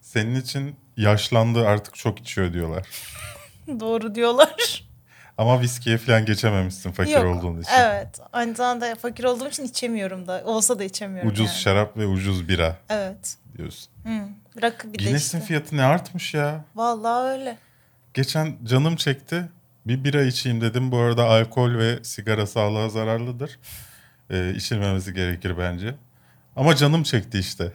senin için yaşlandı artık çok içiyor diyorlar. Doğru diyorlar. Ama viskiye falan geçememişsin fakir Yok. olduğun için. Evet. Aynı zamanda fakir olduğum için içemiyorum da. Olsa da içemiyorum Ucuz yani. şarap ve ucuz bira Evet. diyorsun. Rakı bir de Guinness'in işte. fiyatı ne artmış ya. Vallahi öyle. Geçen canım çekti. Bir bira içeyim dedim. Bu arada alkol ve sigara sağlığa zararlıdır. İçilmemesi gerekir bence. Ama canım çekti işte.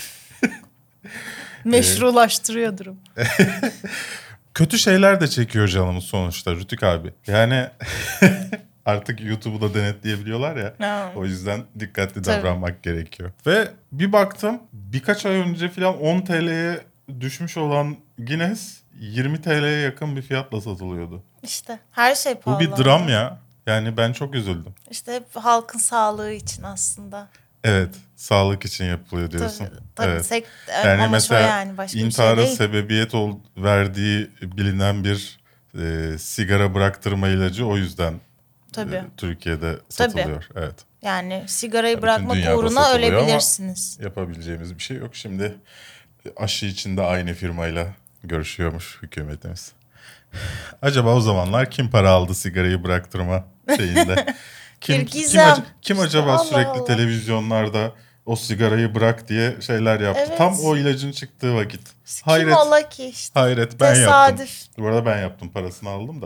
Meşrulaştırıyor durum. Kötü şeyler de çekiyor canımız sonuçta Rütük abi. Yani artık YouTube'u da denetleyebiliyorlar ya. Ha. O yüzden dikkatli Tabii. davranmak gerekiyor. Ve bir baktım birkaç ay önce falan 10 TL'ye düşmüş olan Guinness 20 TL'ye yakın bir fiyatla satılıyordu. İşte her şey Bu pahalı. bir dram ya. Yani ben çok üzüldüm. İşte hep halkın sağlığı için aslında. Evet, sağlık için yapılıyor diyorsun. Tabii Evet. yani Yani amaç mesela o yani. Başka bir şey intihara değil. sebebiyet verdiği bilinen bir sigara bıraktırma ilacı o yüzden Tabii. Türkiye'de satılıyor. Evet. Yani sigarayı Bütün bırakmak dünyada uğruna satılıyor ama ölebilirsiniz. yapabileceğimiz bir şey yok. Şimdi aşı için de aynı firmayla görüşüyormuş hükümetimiz. Acaba o zamanlar kim para aldı sigarayı bıraktırma şeyinde? Bir gizem. Kim İşte acaba Allah sürekli Allah. televizyonlarda o sigarayı bırak diye şeyler yaptı. Evet. Tam o ilacın çıktığı vakit. Kim ola ki işte. Hayret ben yaptım. Tesadüf. Bu arada ben yaptım, parasını aldım da.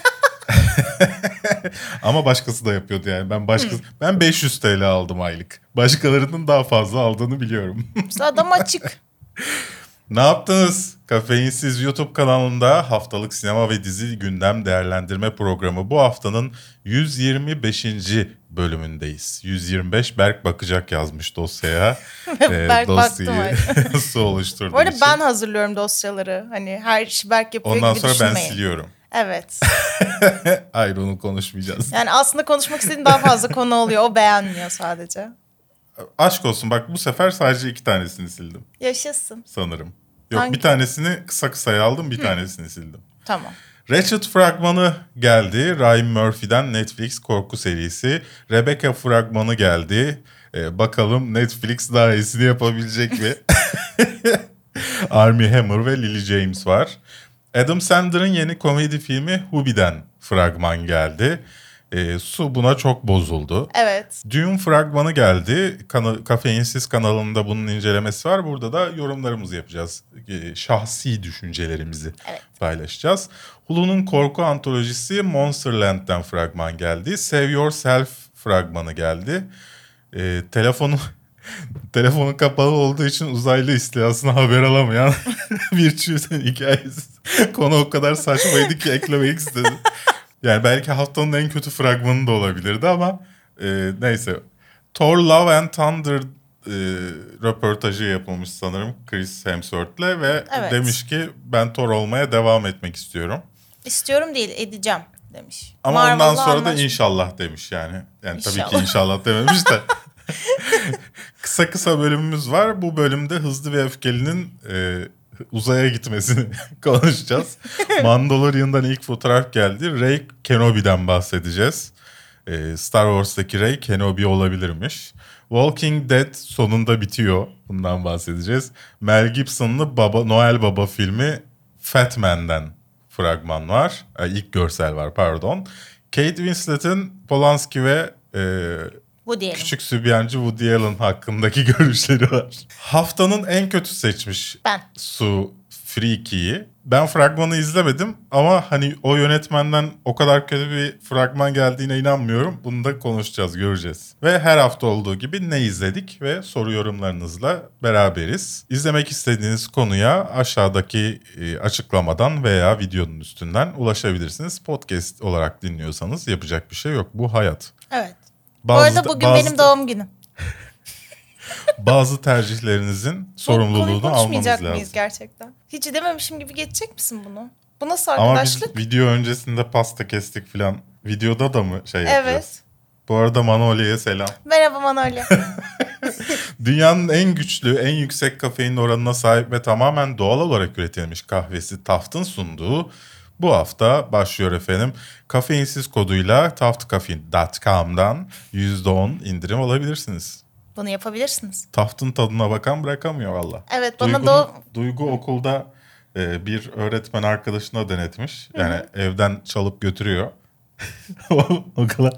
Ama başkası da yapıyordu yani. Ben 500 TL aldım aylık. Başkalarının daha fazla aldığını biliyorum. İşte adam açık. Ne yaptınız? Kafeinsiz YouTube kanalında haftalık sinema ve dizi gündem değerlendirme programı bu haftanın 125. bölümündeyiz. 125 Berk bakacak yazmış dosyaya. Berk baktı mı? Su oluşturduğu Bu arada için. ben hazırlıyorum dosyaları. Hani her işi Berk yapıyor Ondan gibi sonra ben düşünmeyin. siliyorum. Evet. Hayır onu konuşmayacağız. Yani aslında konuşmak istediğin daha fazla konu oluyor. O beğenmiyor sadece. Aşk olsun bak bu sefer sadece 2 tanesini sildim Yaşasın. sanırım. Yok Hangi? bir tanesini kısa kısaya aldım, bir tanesini sildim. Tamam. Ratched fragmanı geldi. Ryan Murphy'den Netflix korku serisi. Rebecca fragmanı geldi. Bakalım Netflix daha iyisini yapabilecek mi? Armie Hammer ve Lily James var. Adam Sandler'ın yeni komedi filmi Hubie'den fragman geldi. Su buna çok bozuldu. Evet. Dune fragmanı geldi. Kafeinsiz kanalında bunun incelemesi var. Burada da yorumlarımızı yapacağız. Şahsi düşüncelerimizi paylaşacağız. Hulu'nun korku antolojisi Monsterland'den fragman geldi. Save Yourself fragmanı geldi. Telefonu kapalı olduğu için uzaylı istilasına haber alamayan bir çiftin hikayesi. Konu o kadar saçmaydı ki eklemek istedim. Yani belki haftanın en kötü fragmanı da olabilirdi ama neyse. Thor Love and Thunder röportajı yapılmış sanırım Chris Hemsworth'le ve Evet. demiş ki ben Thor olmaya devam etmek istiyorum. İstiyorum değil edeceğim demiş. Ama Marvel'la ondan sonra da anlaşmış. inşallah demiş yani. Yani tabii ki İnşallah. inşallah dememiş de. Kısa bölümümüz var. Bu bölümde Hızlı ve Öfkeli'nin uzaya gitmesini konuşacağız. Mandalorian'dan ilk fotoğraf geldi. Rey Kenobi'den bahsedeceğiz. Star Wars'taki Rey Kenobi olabilirmiş. Walking Dead sonunda bitiyor. Bundan bahsedeceğiz. Mel Gibson'lı Noel Baba filmi Fat Man'den fragman var. İlk görsel var pardon. Kate Winslet'in Polanski ve Bu diyelim. küçük sübyancı Woody Allen hakkındaki görüşleri var. Haftanın en kötü seçmiş Ben. Su Freaky'yi. Ben fragmanı izlemedim ama hani o yönetmenden o kadar kötü bir fragman geldiğine inanmıyorum. Bunu da konuşacağız, göreceğiz. Ve her hafta olduğu gibi ne izledik ve soru yorumlarınızla beraberiz. İzlemek istediğiniz konuya aşağıdaki açıklamadan veya videonun üstünden ulaşabilirsiniz. Podcast olarak dinliyorsanız yapacak bir şey yok. Bu hayat. Evet. Bu arada bugün benim doğum günüm. Bazı tercihlerinizin sorumluluğunu almanız konuşmayacak lazım. mıyız gerçekten? Hiç dememişim gibi geçecek misin bunu? Bu nasıl Ama arkadaşlık? biz video öncesinde pasta kestik falan. Videoda da mı şey yapacağız? Evet. Bu arada Manolya'ya selam. Merhaba Manolya. Dünyanın en güçlü, en yüksek kafein oranına sahip ve tamamen doğal olarak üretilmiş kahvesi Taft'ın sunduğu bu hafta başlıyor efendim. Kafeinsiz koduyla taftcaffeine.com'dan %10 indirim alabilirsiniz. Bunu yapabilirsiniz. Taftın tadına bakan bırakamıyor valla. Evet, bana da Duygu okulda bir öğretmen arkadaşına denetmiş. Yani evden çalıp götürüyor. Okula.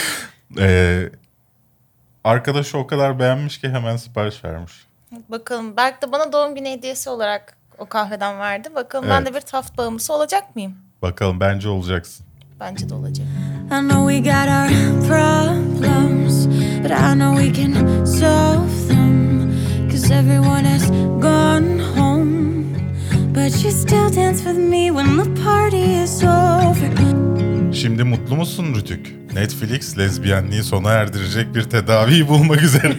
Arkadaşı o kadar beğenmiş ki hemen sipariş vermiş. bakalım. Berk de bana doğum günü hediyesi olarak o kahveden verdi. Bakalım ben de bir Taft bağımlısı olacak mıyım? Bakalım, bence olacaksın. Bence de olacak. I know we got our problems, but I know we can solve them. 'Cause everyone has gone home, but you still dance with me when the party is over. Şimdi mutlu musun Rütük? Netflix lezbiyenliği sona erdirecek bir tedaviyi bulmak üzere.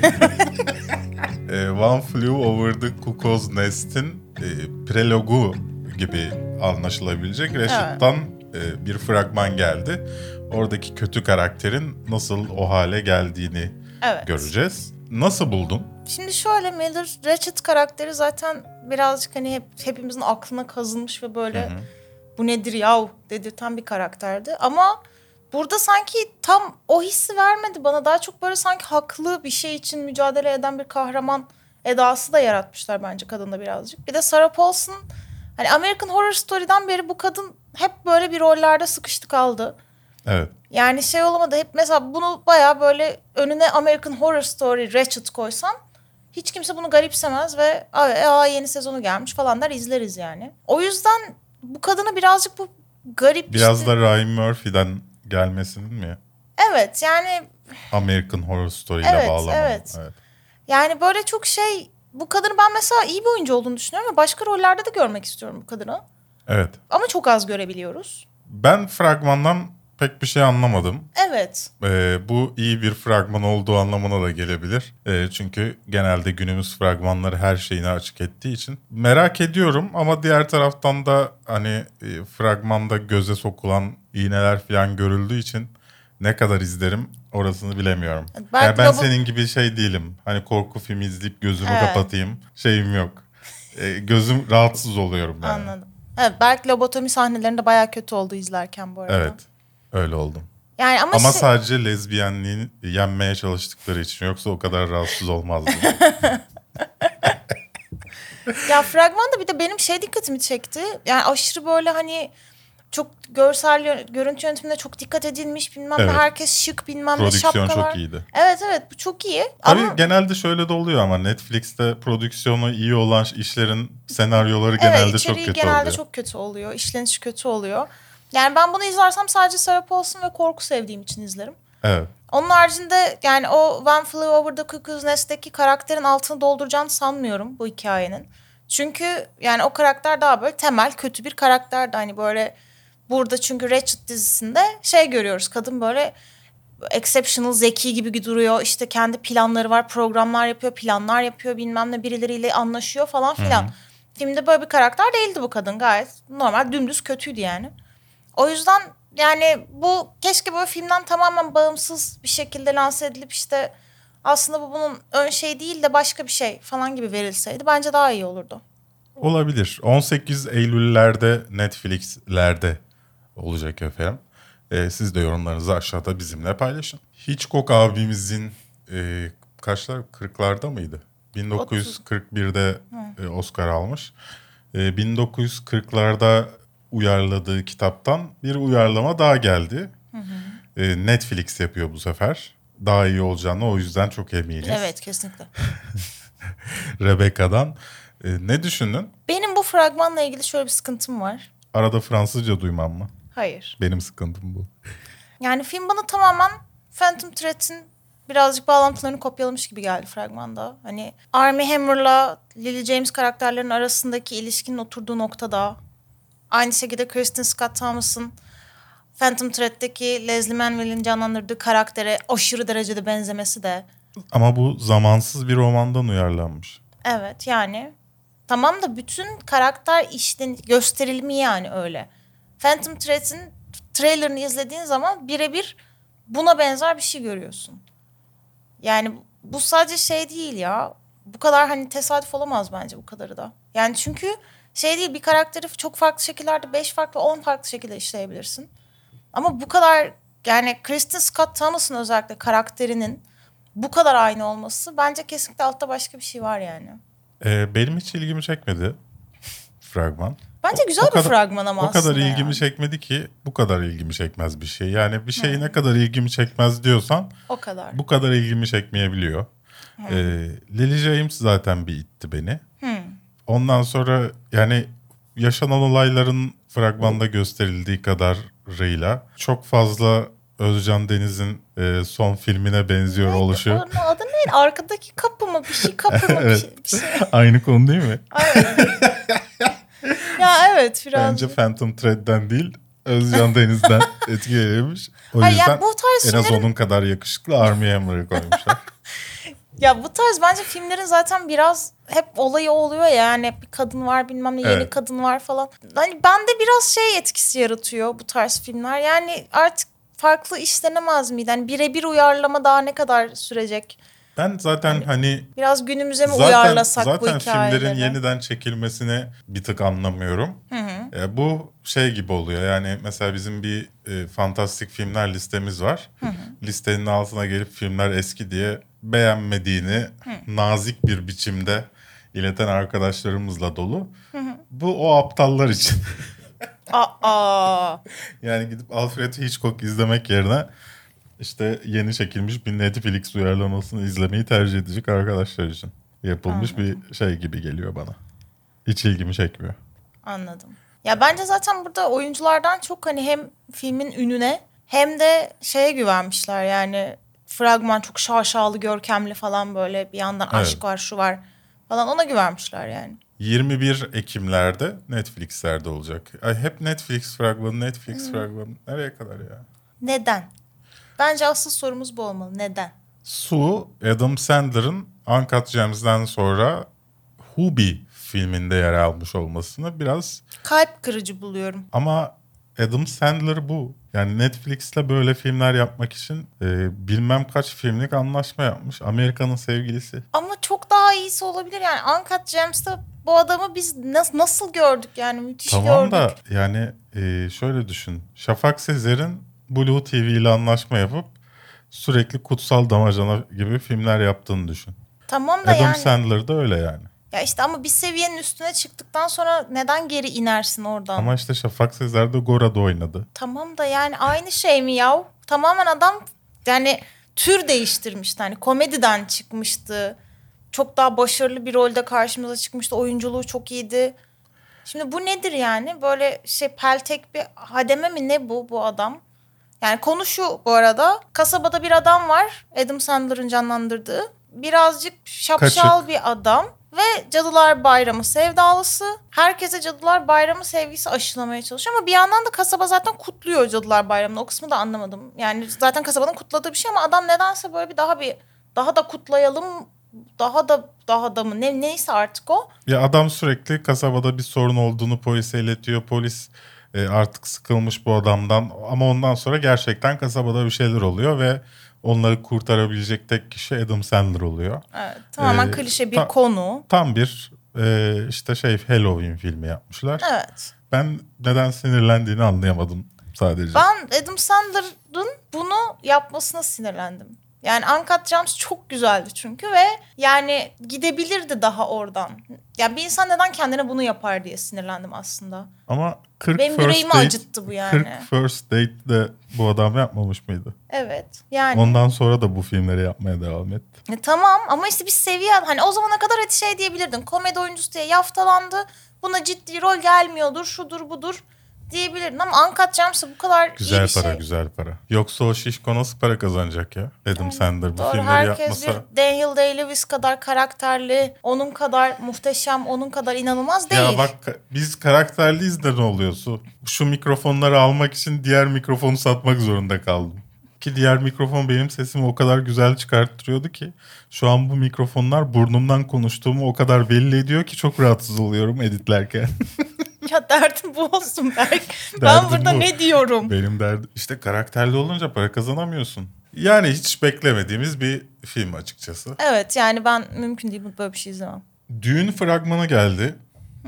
One Flew Over the Cuckoo's Nest'in prelogu gibi anlaşılabilecek Rashid'dan bir fragman geldi. Oradaki kötü karakterin nasıl o hale geldiğini göreceğiz. Nasıl buldun? Şimdi şöyle, Miller Ratched karakteri zaten birazcık hani hepimizin aklına kazınmış ve böyle bu nedir yahu dedirten bir karakterdi. Ama burada sanki tam o hissi vermedi bana. Daha çok böyle sanki haklı bir şey için mücadele eden bir kahraman edası da yaratmışlar bence kadında birazcık. Bir de Sarah Paulson, hani American Horror Story'den beri bu kadın hep böyle bir rollerde sıkıştı kaldı. Evet. Yani şey olamadı, hep mesela bunu bayağı böyle önüne American Horror Story Ratched koysan hiç kimse bunu garipsemez ve yeni sezonu gelmiş falan der, izleriz yani. O yüzden bu kadına birazcık bu garip Biraz işte. da Ryan Murphy'den gelmesinin mi? Evet yani. American Horror Story ile bağlamalı. Evet. Yani böyle çok şey, bu kadını ben mesela iyi bir oyuncu olduğunu düşünüyorum ve başka rollerde de görmek istiyorum bu kadını. Evet. Ama çok az görebiliyoruz. Ben fragmandan pek bir şey anlamadım. Evet. Bu iyi bir fragman olduğu anlamına da gelebilir. Çünkü genelde günümüz fragmanları her şeyini açık ettiği için. Merak ediyorum ama diğer taraftan da hani fragmanda göze sokulan iğneler falan görüldüğü için ne kadar izlerim orasını bilemiyorum. Yani ben senin gibi şey değilim. Hani korku filmi izleyip gözümü kapatayım. Şeyim yok. Gözüm rahatsız oluyorum yani. Anladım. Evet, Berk lobotomi sahnelerinde bayağı kötü oldu izlerken bu arada. Evet. Öyle oldum. Yani ama sadece lezbiyenliğini yenmeye çalıştıkları için, yoksa o kadar rahatsız olmazdım. Ya fragmanda bir de benim dikkatimi çekti. Yani aşırı böyle hani çok görsel görüntü yönetiminde çok dikkat edilmiş bilmem ne, herkes şık bilmem ne şapkalar. Prodüksiyon çok iyiydi. Evet bu çok iyi. Tabii ama genelde şöyle de oluyor ama Netflix'te prodüksiyonu iyi olan işlerin senaryoları genelde çok kötü oluyor. genelde çok kötü oluyor. İşlenişi kötü oluyor. Yani ben bunu izlersem sadece Sarah Paulson ve korku sevdiğim için izlerim. Evet. Onun haricinde yani o One Flew Over the Cuckoo's Nest'teki karakterin altını dolduracağını sanmıyorum bu hikayenin. Çünkü yani o karakter daha böyle temel kötü bir karakterdi. Hani böyle burada çünkü Ratched dizisinde görüyoruz. Kadın böyle exceptional, zeki gibi duruyor. İşte kendi planları var, programlar yapıyor, planlar yapıyor, bilmem ne, birileriyle anlaşıyor falan filan. Filmde böyle bir karakter değildi bu kadın, gayet normal dümdüz kötüydü yani. O yüzden yani bu keşke böyle filmden tamamen bağımsız bir şekilde lanse edilip işte aslında bu bunun ön şey değil de başka bir şey falan gibi verilseydi bence daha iyi olurdu. Olabilir. 18 Eylül'lerde Netflix'lerde olacak efendim. Siz de yorumlarınızı aşağıda bizimle paylaşın. Hitchcock abimizin kaçlar? 40'larda mıydı? 1941'de Oscar almış. 1940'larda uyarladığı kitaptan bir uyarlama daha geldi. Netflix yapıyor bu sefer. Daha iyi olacağını o yüzden çok eminiz. Evet, kesinlikle. Rebecca'dan. Ne düşündün? Benim bu fragmanla ilgili şöyle bir sıkıntım var. Arada Fransızca duymam mı? Hayır. Benim sıkıntım bu. Yani film bana tamamen Phantom Thread'in birazcık bağlantılarını kopyalamış gibi geldi fragmanda. Hani Armie Hammer'la Lily James karakterlerinin arasındaki ilişkinin oturduğu noktada. Aynı şekilde Kristen Scott Thomas'ın Phantom Thread'deki Leslie Manville'in canlandırdığı karaktere aşırı derecede benzemesi de. Ama bu zamansız bir romandan uyarlanmış. Evet yani. Tamam da bütün karakter gösterilimi yani öyle. Phantom Thread'in trailerını izlediğin zaman birebir buna benzer bir şey görüyorsun. Yani bu sadece değil ya. Bu kadar hani tesadüf olamaz bence bu kadarı da. Yani çünkü değil, bir karakteri çok farklı şekillerde 5 farklı 10 farklı şekilde işleyebilirsin. Ama bu kadar yani Kristen Scott Thomas'ın özellikle karakterinin bu kadar aynı olması bence kesinlikle altta başka bir şey var yani. Benim hiç ilgimi çekmedi fragman. Bence güzel bir fragman ama aslında. O kadar ilgimi yani. çekmedi ki bu kadar ilgimi çekmez bir şey. Yani bir şey ne kadar ilgimi çekmez diyorsan O kadar. bu kadar ilgimi çekmeyebiliyor. Lily James zaten bir itti beni. Ondan sonra yani yaşanan olayların fragmanda gösterildiği kadarıyla çok fazla Özcan Deniz'in son filmine benziyor oluşu. Onun adı neydi? Arkadaki kapı mı? Bir şey kapı mı? Evet. Bir şey. Aynı konu değil mi? Ya evet biraz. Bence Phantom Thread'den değil Özcan Deniz'den etkilenmiş. O Hayır, yüzden yani bu tarz en az filmlerin- onun kadar yakışıklı Armie Hammer'ı koymuşlar. Ya bu tarz bence filmlerin zaten biraz hep olayı oluyor ya. Yani bir kadın var bilmem ne yeni Evet. kadın var falan. Hani bende biraz şey etkisi yaratıyor bu tarz filmler. Yani artık farklı işlenemez miydi? Hani birebir uyarlama daha ne kadar sürecek? Ben zaten hani Biraz günümüze mi uyarlasak bu zaten hikayeleri? filmlerin yeniden çekilmesini bir tık anlamıyorum. Bu şey gibi oluyor. Yani mesela bizim bir fantastik filmler listemiz var. Listenin altına gelip filmler eski diye beğenmediğini nazik bir biçimde ileten arkadaşlarımızla dolu. Bu o aptallar için. Aa. Yani gidip Alfred Hitchcock izlemek yerine işte yeni çekilmiş bir Netflix uyarlamasını izlemeyi tercih edecek arkadaşlar için yapılmış bir şey gibi geliyor bana. Hiç ilgimi çekmiyor. Anladım. Ya bence zaten burada oyunculardan çok hani hem filmin ününe hem de şeye güvenmişler yani fragman çok şaşalı görkemli falan böyle bir yandan Evet. aşk var şu var falan ona güvenmişler yani. 21 Ekimlerde Netflix'lerde olacak. Ay, hep Netflix fragmanı. Nereye kadar ya? Neden? Bence asıl sorumuz bu olmalı. Neden? Su, Adam Sandler'ın Uncut Gems'den sonra Hubi filminde yer almış olmasını biraz... Kalp kırıcı buluyorum. Ama Adam Sandler bu. Yani Netflix'le böyle filmler yapmak için bilmem kaç filmlik anlaşma yapmış. Amerika'nın sevgilisi. Ama çok daha iyisi olabilir yani. Uncut Gems'te bu adamı biz nasıl gördük yani müthiş Tamam gördük. da yani şöyle düşün. Şafak Sezer'in Blue TV ile anlaşma yapıp sürekli Kutsal Damacana gibi filmler yaptığını düşün. Tamam da Adam yani. Sandler da öyle yani. Ya işte ama bir seviyenin üstüne çıktıktan sonra neden geri inersin oradan? Ama işte Şafak Sezer de Gora'da oynadı. Tamam da yani aynı şey mi yav? Tamamen adam yani tür değiştirmişti. Hani komediden çıkmıştı. Çok daha başarılı bir rolde karşımıza çıkmıştı. Oyunculuğu çok iyiydi. Şimdi bu nedir yani? Böyle şey peltek bir hademe mi ne bu adam? Yani konu şu bu arada. Kasabada bir adam var. Adam Sandler'ın canlandırdığı. Birazcık şapşal Kaçık. bir adam. Ve Cadılar Bayramı sevdalısı. Herkese Cadılar Bayramı sevgisi aşılamaya çalışıyor. Ama bir yandan da kasaba zaten kutluyor Cadılar Bayramı'nı. O kısmı da anlamadım. Yani zaten kasabanın kutladığı bir şey ama adam nedense böyle bir daha da kutlayalım. Daha da mı? Neyse artık o. Ya adam sürekli kasabada bir sorun olduğunu polise iletiyor. Polis artık sıkılmış bu adamdan. Ama ondan sonra gerçekten kasabada bir şeyler oluyor ve onları kurtarabilecek tek kişi Adam Sandler oluyor. Evet, tamamen klişe bir konu. Tam bir işte Halloween filmi yapmışlar. Evet. Ben neden sinirlendiğini anlayamadım sadece. Ben Adam Sandler'ın bunu yapmasına sinirlendim. Yani Uncut Gems çok güzeldi çünkü ve yani gidebilirdi daha oradan. Yani bir insan neden kendine bunu yapar diye sinirlendim aslında. Ama 40 Benim First yüreğimi Date, acıttı bu yani. 40 First Date'de bu adam yapmamış mıydı? Evet yani. Ondan sonra da bu filmleri yapmaya devam etti. Tamam ama işte bir seviye hani o zamana kadar şey diyebilirdin. Komedi oyuncusu diye yaftalandı. Buna ciddi rol gelmiyordur, şudur budur diyebilirdin. Ama Uncut Gems'e bu kadar iyi bir şey. Güzel para. Yoksa o şişko nasıl para kazanacak ya? Adam Sandler bu Doğru, filmleri herkes yapmasa. bir Daniel Day-Lewis kadar karakterli, onun kadar muhteşem, onun kadar inanılmaz değil. Ya bak biz karakterliyiz de ne oluyorsun? Şu mikrofonları almak için diğer mikrofonu satmak zorunda kaldım. Ki diğer mikrofon benim sesimi o kadar güzel çıkarttırıyordu ki şu an bu mikrofonlar burnumdan konuştuğumu o kadar belli ediyor ki çok rahatsız oluyorum editlerken. Ya derdim bu olsun Berk. Ben Derdim burada bu. ne diyorum? Benim derdim işte karakterli olunca para kazanamıyorsun. Yani hiç beklemediğimiz bir film açıkçası. Evet yani ben mümkün değil böyle bir şey izlemem. Düğün fragmanı geldi.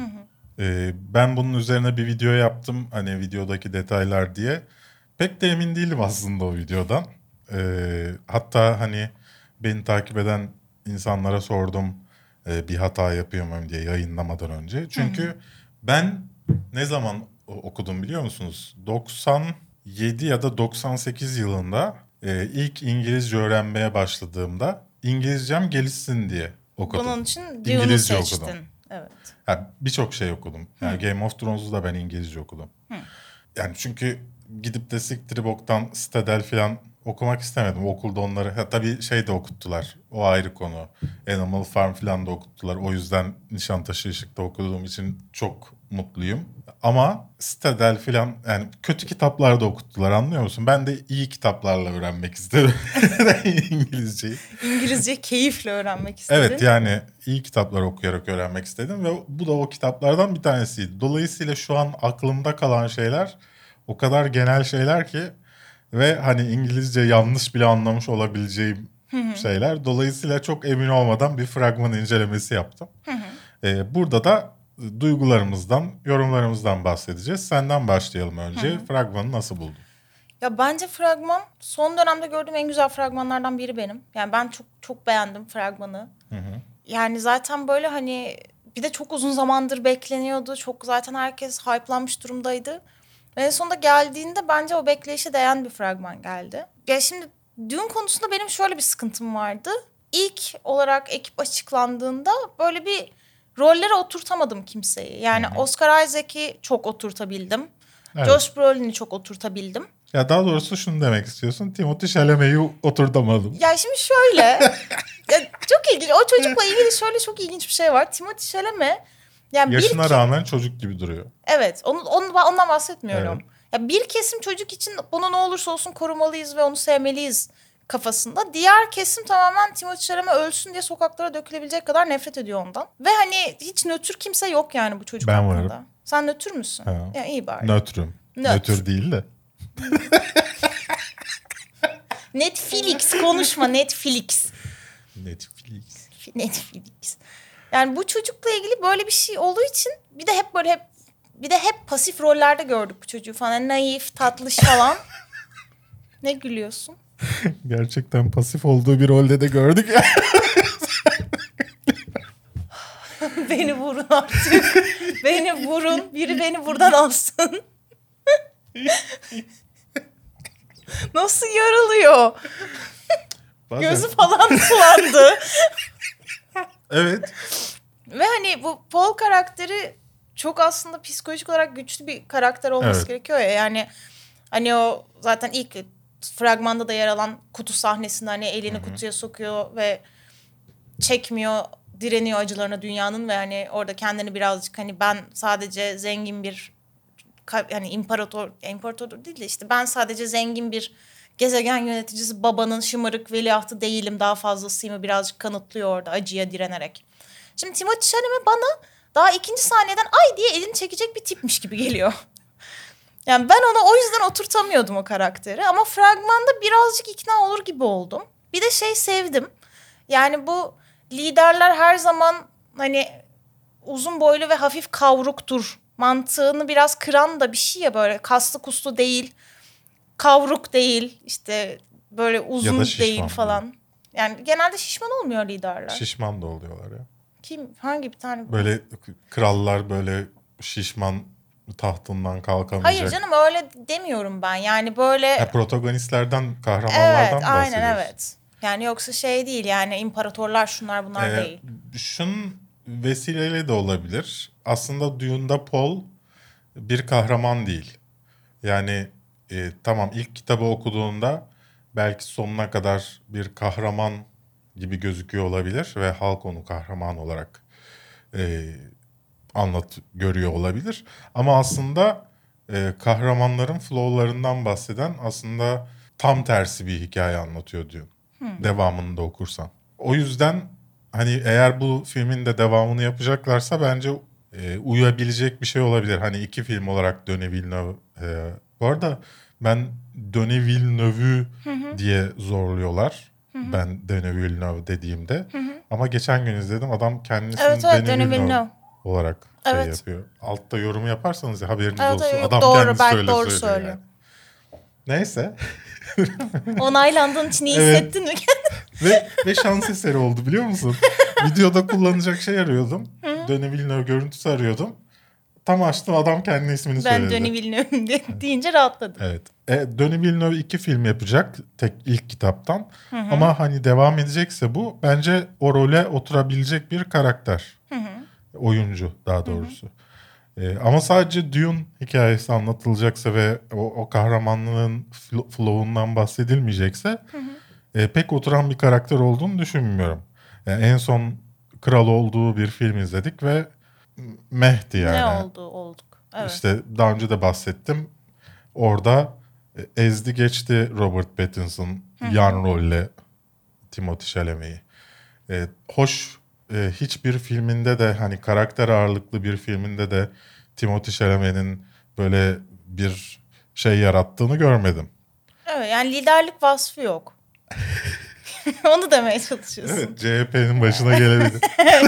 Ben bunun üzerine bir video yaptım. Hani videodaki detaylar diye. Pek de emin değilim aslında o videodan. Hatta hani beni takip eden insanlara sordum bir hata yapıyor muyum diye yayınlamadan önce. Çünkü ben ne zaman okudum biliyor musunuz? 97 ya da 98 yılında ilk İngilizce öğrenmeye başladığımda İngilizcem gelişsin diye okudum. Bunun için Dune'u İngilizce seçtin. okudum. Evet. Yani birçok şey okudum. Yani Game of Thrones'u da ben İngilizce okudum. Yani çünkü gidip de Siktiri Bok'tan Citadel falan okumak istemedim. Okulda onları tabii şey de okuttular. O ayrı konu. Animal Farm falan da okuttular. O yüzden Nişantaşı Işık'ta okuduğum için çok mutluyum. Ama Citadel falan yani kötü kitaplar da okuttular, anlıyor musun? Ben de iyi kitaplarla öğrenmek istedim İngilizceyi. İngilizce keyifle öğrenmek istedin. Evet, yani iyi kitaplar okuyarak öğrenmek istedim ve bu da o kitaplardan bir tanesiydi. Dolayısıyla şu an aklımda kalan şeyler o kadar genel şeyler ki ve hani İngilizce yanlış bile anlamış olabileceğim şeyler. Dolayısıyla çok emin olmadan bir fragman incelemesi yaptım. Burada da duygularımızdan, yorumlarımızdan bahsedeceğiz. Senden başlayalım önce. Fragmanı nasıl buldun? Ya bence fragman son dönemde gördüğüm en güzel fragmanlardan biri benim. Yani ben çok çok beğendim fragmanı. Yani zaten böyle hani bir de çok uzun zamandır bekleniyordu. Çok zaten herkes hype'lanmış durumdaydı. Ve en sonunda geldiğinde bence o bekleyişe değen bir fragman geldi. Ya şimdi Dune konusunda benim şöyle bir sıkıntım vardı. İlk olarak ekip açıklandığında böyle bir rollere oturtamadım kimseyi. Yani Oscar Isaac'i çok oturtabildim. Evet. Josh Brolin'i çok oturtabildim. Ya daha doğrusu şunu demek istiyorsun. Timothée Chalamet'i oturtamadım. Ya şimdi şöyle. Ya çok ilginç. O çocukla ilgili şöyle çok ilginç bir şey var. Timothée Chalamet yani Yaşına rağmen çocuk gibi duruyor. Evet, ondan bahsetmiyorum. Evet. Ya bir kesim çocuk için bunu ne olursa olsun korumalıyız ve onu sevmeliyiz kafasında. Diğer kesim tamamen Timothée Chalamet ölsün diye sokaklara dökülebilecek kadar nefret ediyor ondan. Ve hani hiç nötr kimse yok yani bu çocuk Ben hakkında. varım. Sen nötr müsün? Ha. Ya iyi bari. Nötrüm. Nötr değil de. Netflix konuşma Netflix. Netflix. Yani bu çocukla ilgili böyle bir şey olduğu için bir de hep pasif rollerde gördük bu çocuğu falan. Yani naif, tatlış falan. Ne gülüyorsun? Gerçekten pasif olduğu bir rolde de gördük ya. Beni vurun artık. Beni vurun. Biri beni buradan alsın. Nasıl yarılıyor? Gözü falan sulandı. Evet. Ve hani bu Paul karakteri çok aslında psikolojik olarak güçlü bir karakter olması Evet. gerekiyor ya. Yani hani o zaten ilk fragmanda da yer alan kutu sahnesinde hani elini kutuya sokuyor ve çekmiyor, direniyor acılarına dünyanın ve hani orada kendini birazcık hani ben sadece zengin bir yani imparator değil de işte ben sadece zengin bir gezegen yöneticisi babanın şımarık veliahtı değilim, daha fazlasıyımı birazcık kanıtlıyor orada acıya direnerek. Şimdi Timothée Chalamet bana daha ikinci saniyeden ay diye elini çekecek bir tipmiş gibi geliyor. Yani ben ona o yüzden oturtamıyordum o karakteri. Ama fragmanda birazcık ikna olur gibi oldum. Bir de sevdim. Yani bu liderler her zaman hani uzun boylu ve hafif kavruktur mantığını biraz kıran da bir şey ya, böyle kaslı kuslu değil, kavruk değil, işte böyle uzun değil falan. Yani genelde şişman olmuyor liderler. Şişman da oluyorlar ya. Kim? Hangi bir tane? Böyle krallar böyle şişman, tahtından kalkamayacak. Hayır canım, öyle demiyorum ben. Yani böyle... protagonistlerden, kahramanlardan evet, bahsediyoruz. aynen evet. Yani yoksa değil yani imparatorlar şunlar bunlar değil. Şunun vesileyle de olabilir. Aslında Dune'da Paul bir kahraman değil. Yani tamam, ilk kitabı okuduğunda belki sonuna kadar bir kahraman gibi gözüküyor olabilir ve halk onu kahraman olarak görüyor olabilir. Ama aslında kahramanların flow'larından bahseden aslında tam tersi bir hikaye anlatıyor diyor. Devamını da okursan. O yüzden hani eğer bu filmin de devamını yapacaklarsa bence uyabilecek bir şey olabilir. Hani iki film olarak Denis Villeneuve. Bu arada ben Denis Villeneuve'ü diye zorluyorlar. Ben Denis Villeneuve dediğimde. Ama geçen gün izledim. Adam kendisini evet, Denis Villeneuve olarak yapıyor. Altta yorum yaparsanız haberiniz olsun. Adam doğru, kendisi belki doğru söylüyor. söylüyor. Yani. Neyse. Onaylandığın için iyi hissettin mi? Ve şans eseri oldu biliyor musun? Videoda kullanacak şey arıyordum. Denis Villeneuve görüntüsü arıyordum. Tam açtım, adam kendi ismini söyledi. Ben Denis Villeneuve deyince rahatladım. Evet. Denis Villeneuve 2 film yapacak ilk kitaptan. Ama hani devam edecekse bu bence o role oturabilecek bir karakter. Oyuncu daha doğrusu. Ama sadece Dune hikayesi anlatılacaksa ve o kahramanlığın flow'undan bahsedilmeyecekse pek oturan bir karakter olduğunu düşünmüyorum. Yani en son kral olduğu bir film izledik ve mehdi yani. Ne oldu olduk. Evet. İşte daha önce de bahsettim. Orada ezdi geçti Robert Pattinson yan rolle Timothée Chalamet'i. Hoş hiçbir filminde de hani karakter ağırlıklı bir filminde de Timothée Chalamet'in böyle bir şey yarattığını görmedim. Evet, yani liderlik vasfı yok. Onu demeye çalışıyorsun. Evet, CHP'nin başına gelebilir.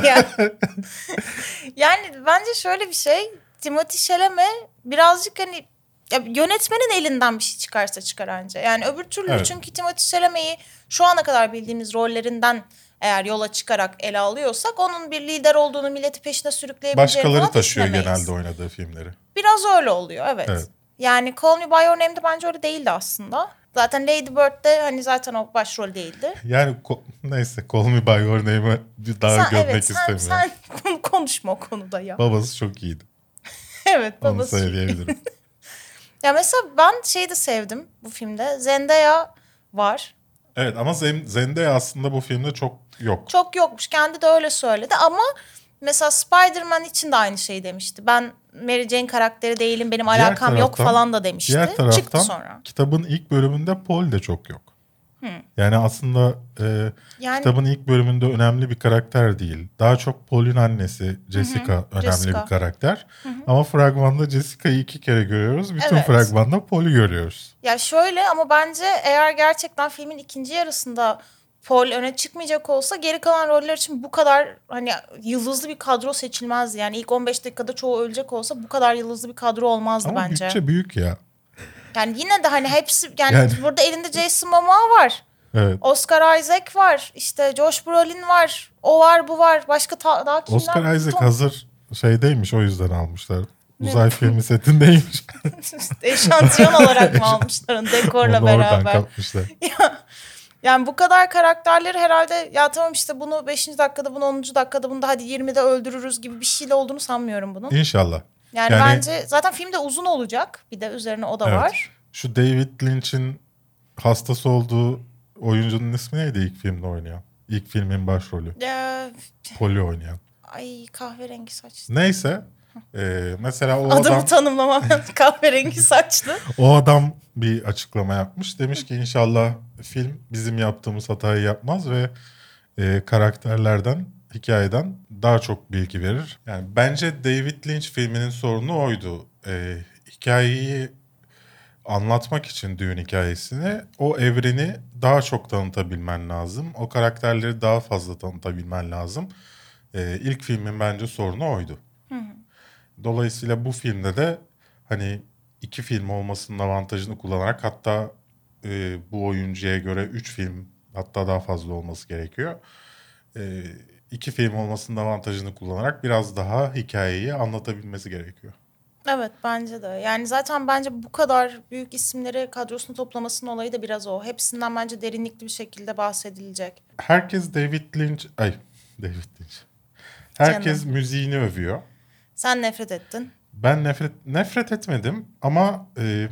Yani bence şöyle bir şey. Timothée Chalamet birazcık hani yönetmenin elinden bir şey çıkarsa çıkar anca. Yani öbür türlü Evet. çünkü Timothée Chalamet'i şu ana kadar bildiğimiz rollerinden eğer yola çıkarak ele alıyorsak onun bir lider olduğunu milleti peşine sürükleyebileceğini Başkaları falan taşıyor düşünemeyiz. genelde oynadığı filmleri. Biraz öyle oluyor evet. Yani Call Me By Your Name'de bence öyle değildi aslında. Zaten Lady Bird'de hani zaten o başrol değildi. Yani neyse, Call Me By Your Name'ı daha gömmek istemiyorum. Sen konuşma o konuda ya. Babası çok iyiydi. Evet Onu babası. söyleyebilirim. Ya mesela ben şeyi de sevdim bu filmde. Zendaya var. Evet ama Zendaya aslında bu filmde çok yok. Çok yokmuş. Kendi de öyle söyledi ama mesela Spider-Man için de aynı şeyi demişti. Ben Mary Jane karakteri değilim, benim Diğer alakam yok taraftan- falan da demişti. Diğer taraftan Çıktı sonra. kitabın ilk bölümünde Paul de çok yok. Yani aslında Yani kitabın ilk bölümünde önemli bir karakter değil. Daha çok Paul'ün annesi Jessica önemli Jessica. bir karakter. Ama fragmanda Jessica'yı 2 kere görüyoruz. Bütün Evet. fragmanda Paul'ü görüyoruz. ya şöyle ama bence eğer gerçekten filmin ikinci yarısında Paul öne çıkmayacak olsa geri kalan roller için bu kadar hani yıldızlı bir kadro seçilmezdi. Yani ilk 15 dakikada çoğu ölecek olsa bu kadar yıldızlı bir kadro olmazdı Ama bence. bütçe büyük ya. Yani yine de hani hepsi yani, Yani- burada elinde Jason Momoa var. Evet. Oscar Isaac var. İşte Josh Brolin var. O var bu var. Başka daha kimler? Oscar Isaac Tom- hazır şeydeymiş, o yüzden almışlar. Uzay filmi setindeymiş. Eşantiyon olarak mı almışlar onu dekorla Onu oradan beraber? kapmışlar. Yani bu kadar karakterleri herhalde ya tamam işte bunu 5. dakikada bunu 10. dakikada bunu da hadi 20'de öldürürüz gibi bir şeyle olduğunu sanmıyorum bunun. İnşallah. Yani Yani- bence zaten film de uzun olacak. Bir de üzerine o da Evet. var. Şu David Lynch'in hastası olduğu oyuncunun ismi neydi ilk filmde oynayan? İlk filmin başrolü. Polly oynayan. Ay kahverengi saçlı. Neyse. Mesela o Adamı adam, tanımlama kahverengi saçlı. o adam bir açıklama yapmış. Demiş ki inşallah film bizim yaptığımız hatayı yapmaz ve karakterlerden, hikayeden daha çok bilgi verir. Yani bence David Lynch filminin sorunu oydu. Hikayeyi anlatmak için düğün hikayesini, o evreni daha çok tanıtabilmen lazım. O karakterleri daha fazla tanıtabilmen lazım. İlk filmin bence sorunu oydu. Dolayısıyla bu filmde de hani 2 film olmasının avantajını kullanarak, hatta bu oyuncuya göre 3 film hatta daha fazla olması gerekiyor. 2 film olmasının avantajını kullanarak biraz daha hikayeyi anlatabilmesi gerekiyor. Evet bence de. Yani zaten bence bu kadar büyük isimleri kadrosunu toplamasının olayı da biraz o. Hepsinden bence derinlikli bir şekilde bahsedilecek. Herkes David Lynch. Herkes müziğini övüyor. Sen nefret ettin. Ben nefret etmedim ama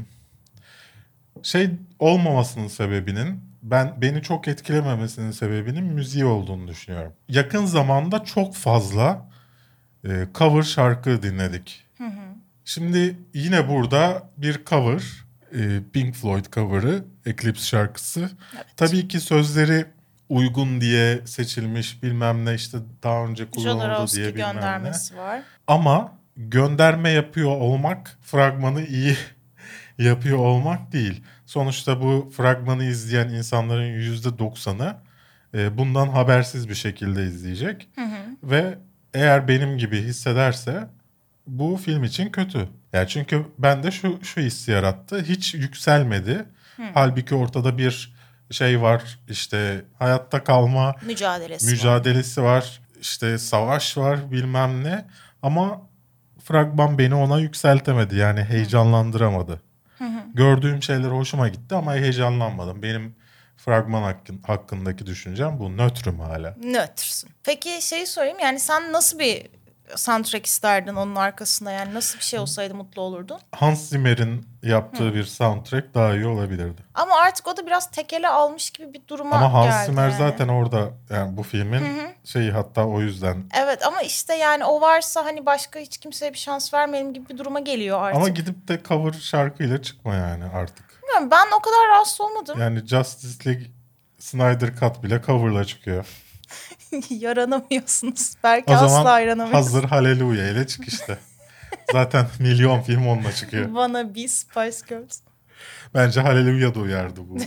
şey olmamasının sebebinin, beni çok etkilememesinin sebebinin müziği olduğunu düşünüyorum. Yakın zamanda çok fazla cover şarkı dinledik. Şimdi yine burada bir cover, Pink Floyd cover'ı, Eclipse şarkısı. Tabii ki sözleri uygun diye seçilmiş, bilmem ne işte daha önce kullanıldı Jodorowsky diye bilmem ne. göndermesi var. Ama gönderme yapıyor olmak fragmanı iyi yapıyor olmak değil. Sonuçta bu fragmanı izleyen insanların %90'ı bundan habersiz bir şekilde izleyecek. Ve eğer benim gibi hissederse bu film için kötü. Yani çünkü bende şu hissi yarattı. Hiç yükselmedi. Halbuki ortada bir şey var, işte hayatta kalma mücadelesi var. İşte savaş var, bilmem ne. Ama fragman beni ona yükseltemedi. Yani heyecanlandıramadı. Gördüğüm şeyler hoşuma gitti ama heyecanlanmadım. Benim fragman hakkındaki düşüncem bu. Nötrüm hala. Nötrsün. Peki şeyi sorayım, yani sen nasıl bir soundtrack isterdin onun arkasında, yani nasıl bir şey olsaydı mutlu olurdun? Hans Zimmer'in yaptığı bir soundtrack daha iyi olabilirdi. Ama artık o da biraz tekele almış gibi bir duruma geldi. Ama Hans Zimmer yani. zaten orada, yani bu filmin şeyi, hatta o yüzden. Evet ama işte yani o varsa hani başka hiç kimseye bir şans vermeyelim gibi bir duruma geliyor artık. Ama gidip de cover şarkıyla çıkma yani artık. Bilmiyorum, ben o kadar rahatsız olmadım. Yani Justice League Snyder Cut bile coverla çıkıyor. Yaranamıyorsunuz. Belki O asla zaman yaranamıyorsunuz. hazır Hallelujah ile çık işte. Zaten milyon film onunla çıkıyor. Bana bir Spice Girls. Bence Hallelujah da uyardı bu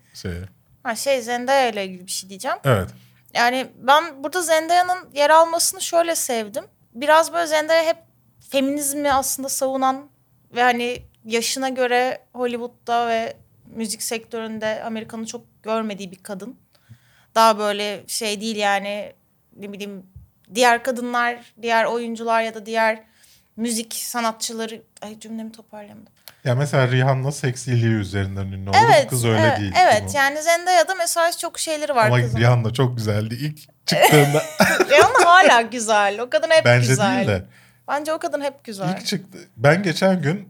şeye. Zendaya ile ilgili bir şey diyeceğim. Evet. Yani ben burada Zendaya'nın yer almasını şöyle sevdim. Biraz böyle Zendaya hep feminizmi aslında savunan ve hani yaşına göre Hollywood'da ve müzik sektöründe Amerika'nın çok görmediği bir kadın. Daha böyle şey değil yani, ne bileyim, diğer kadınlar, diğer oyuncular ya da diğer müzik sanatçıları... Ay, cümlemi toparlayamadım. Ya mesela Rihanna seksiliği üzerinden ünlü oldu. Evet, Bu kız öyle değil. Evet, yani Zendaya'da mesela çok şeyleri var ama kızın. Rihanna çok güzeldi ilk çıktığında. Rihanna hala güzel. O kadın hep Bence güzel. değil de. Bence o kadın hep güzel. İlk çıktı. Ben geçen gün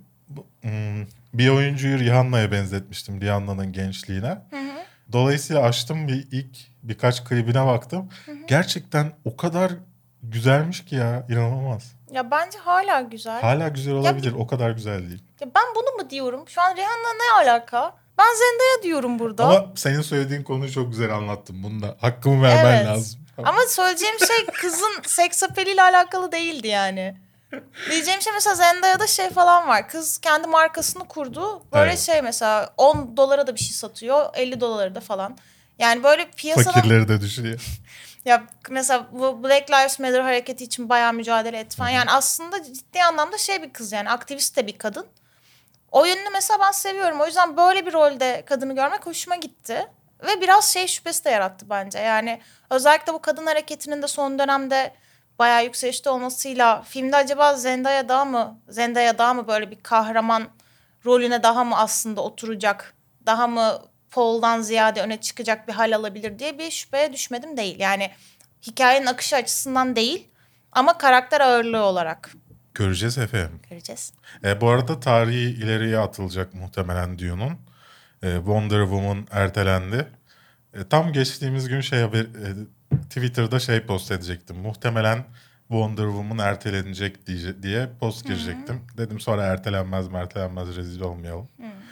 bir oyuncuyu Rihanna'ya benzetmiştim. Rihanna'nın gençliğine. Dolayısıyla açtım, birkaç klibine baktım. Gerçekten o kadar güzelmiş ki ya, inanılmaz. Ya bence hala güzel. Hala güzel olabilir, o kadar güzel değil. Ya ben bunu mu diyorum? Şu an Rihanna ne alaka? Ben Zendaya diyorum burada. Ama senin söylediğin konuyu çok güzel anlattın. Bunda hakkımı vermen lazım. Ama söyleyeceğim şey kızın seks apeliyle alakalı değildi yani. Diyeceğim şey mesela Zendaya'da şey falan var. Kız kendi markasını kurdu. Böyle evet. mesela $10 da bir şey satıyor. $50 da falan. Yani böyle piyasada... Fakirleri de düşünüyor. Ya mesela bu Black Lives Matter hareketi için bayağı mücadele etti falan. Yani aslında ciddi anlamda şey bir kız, yani aktivist de bir kadın. O yönünü mesela ben seviyorum. O yüzden böyle bir rolde kadını görmek hoşuma gitti. Ve biraz şey şüphesi de yarattı bence. Yani özellikle bu kadın hareketinin de son dönemde bayağı yükselişte olmasıyla filmde acaba Zendaya daha mı böyle bir kahraman rolüne daha mı aslında oturacak? Daha mı Paul'dan ziyade öne çıkacak bir hal alabilir diye bir şüpheye düşmedim değil. Yani hikayenin akışı açısından değil ama karakter ağırlığı olarak. Göreceğiz efendim. Göreceğiz. Bu arada tarihi ileriye atılacak muhtemelen Dune'un. Wonder Woman ertelendi. Tam geçtiğimiz gün Twitter'da post edecektim. Muhtemelen Wonder Woman ertelenecek diye post girecektim. Dedim sonra ertelenmez rezil olmayalım.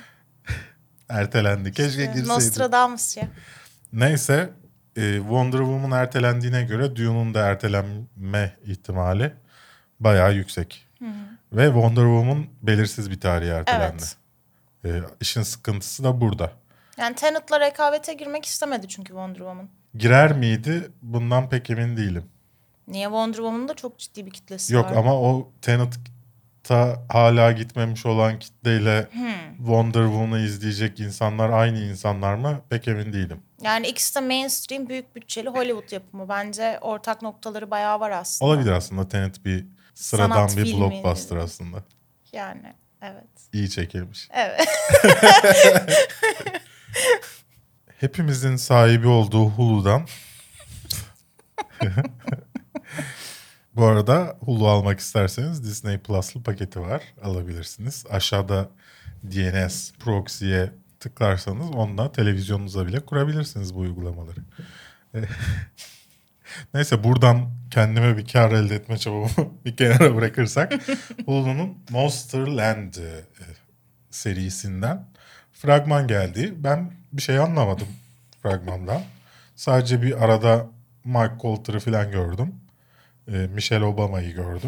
Ertelendi. Keşke girseydi. Nostradamus ya. Neyse, Wonder Woman ertelendiğine göre Dune'un da ertelenme ihtimali bayağı yüksek. Ve Wonder Woman belirsiz bir tarihe ertelendi. Evet. İşin sıkıntısı da burada. Yani Tenet'la rekabete girmek istemedi çünkü Wonder Woman. Girer miydi? Bundan pek emin değilim. Niye? Wonder Woman'ın da çok ciddi bir kitlesi Yok var. ama o Tenet'ta hala gitmemiş olan kitleyle Wonder Woman'ı izleyecek insanlar aynı insanlar mı? Pek emin değilim. Yani ikisi de mainstream, büyük bütçeli Hollywood yapımı. Bence ortak noktaları bayağı var aslında. Olabilir aslında. Tenet bir sıradan Sanat bir filmi. blockbuster aslında. Yani evet. İyi çekilmiş. Evet. Hepimizin sahibi olduğu Hulu'dan. Bu arada Hulu almak isterseniz Disney Plus'lı paketi var. Alabilirsiniz. Aşağıda DNS proxy'ye tıklarsanız onunla televizyonunuza bile kurabilirsiniz bu uygulamaları. Neyse, buradan kendime bir kar elde etme çabamı bir kenara bırakırsak Hulu'nun Monsterland serisinden fragman geldi. Ben bir şey anlamadım fragmandan. Sadece bir arada Mike Colter'ı falan gördüm. Michelle Obama'yı gördüm.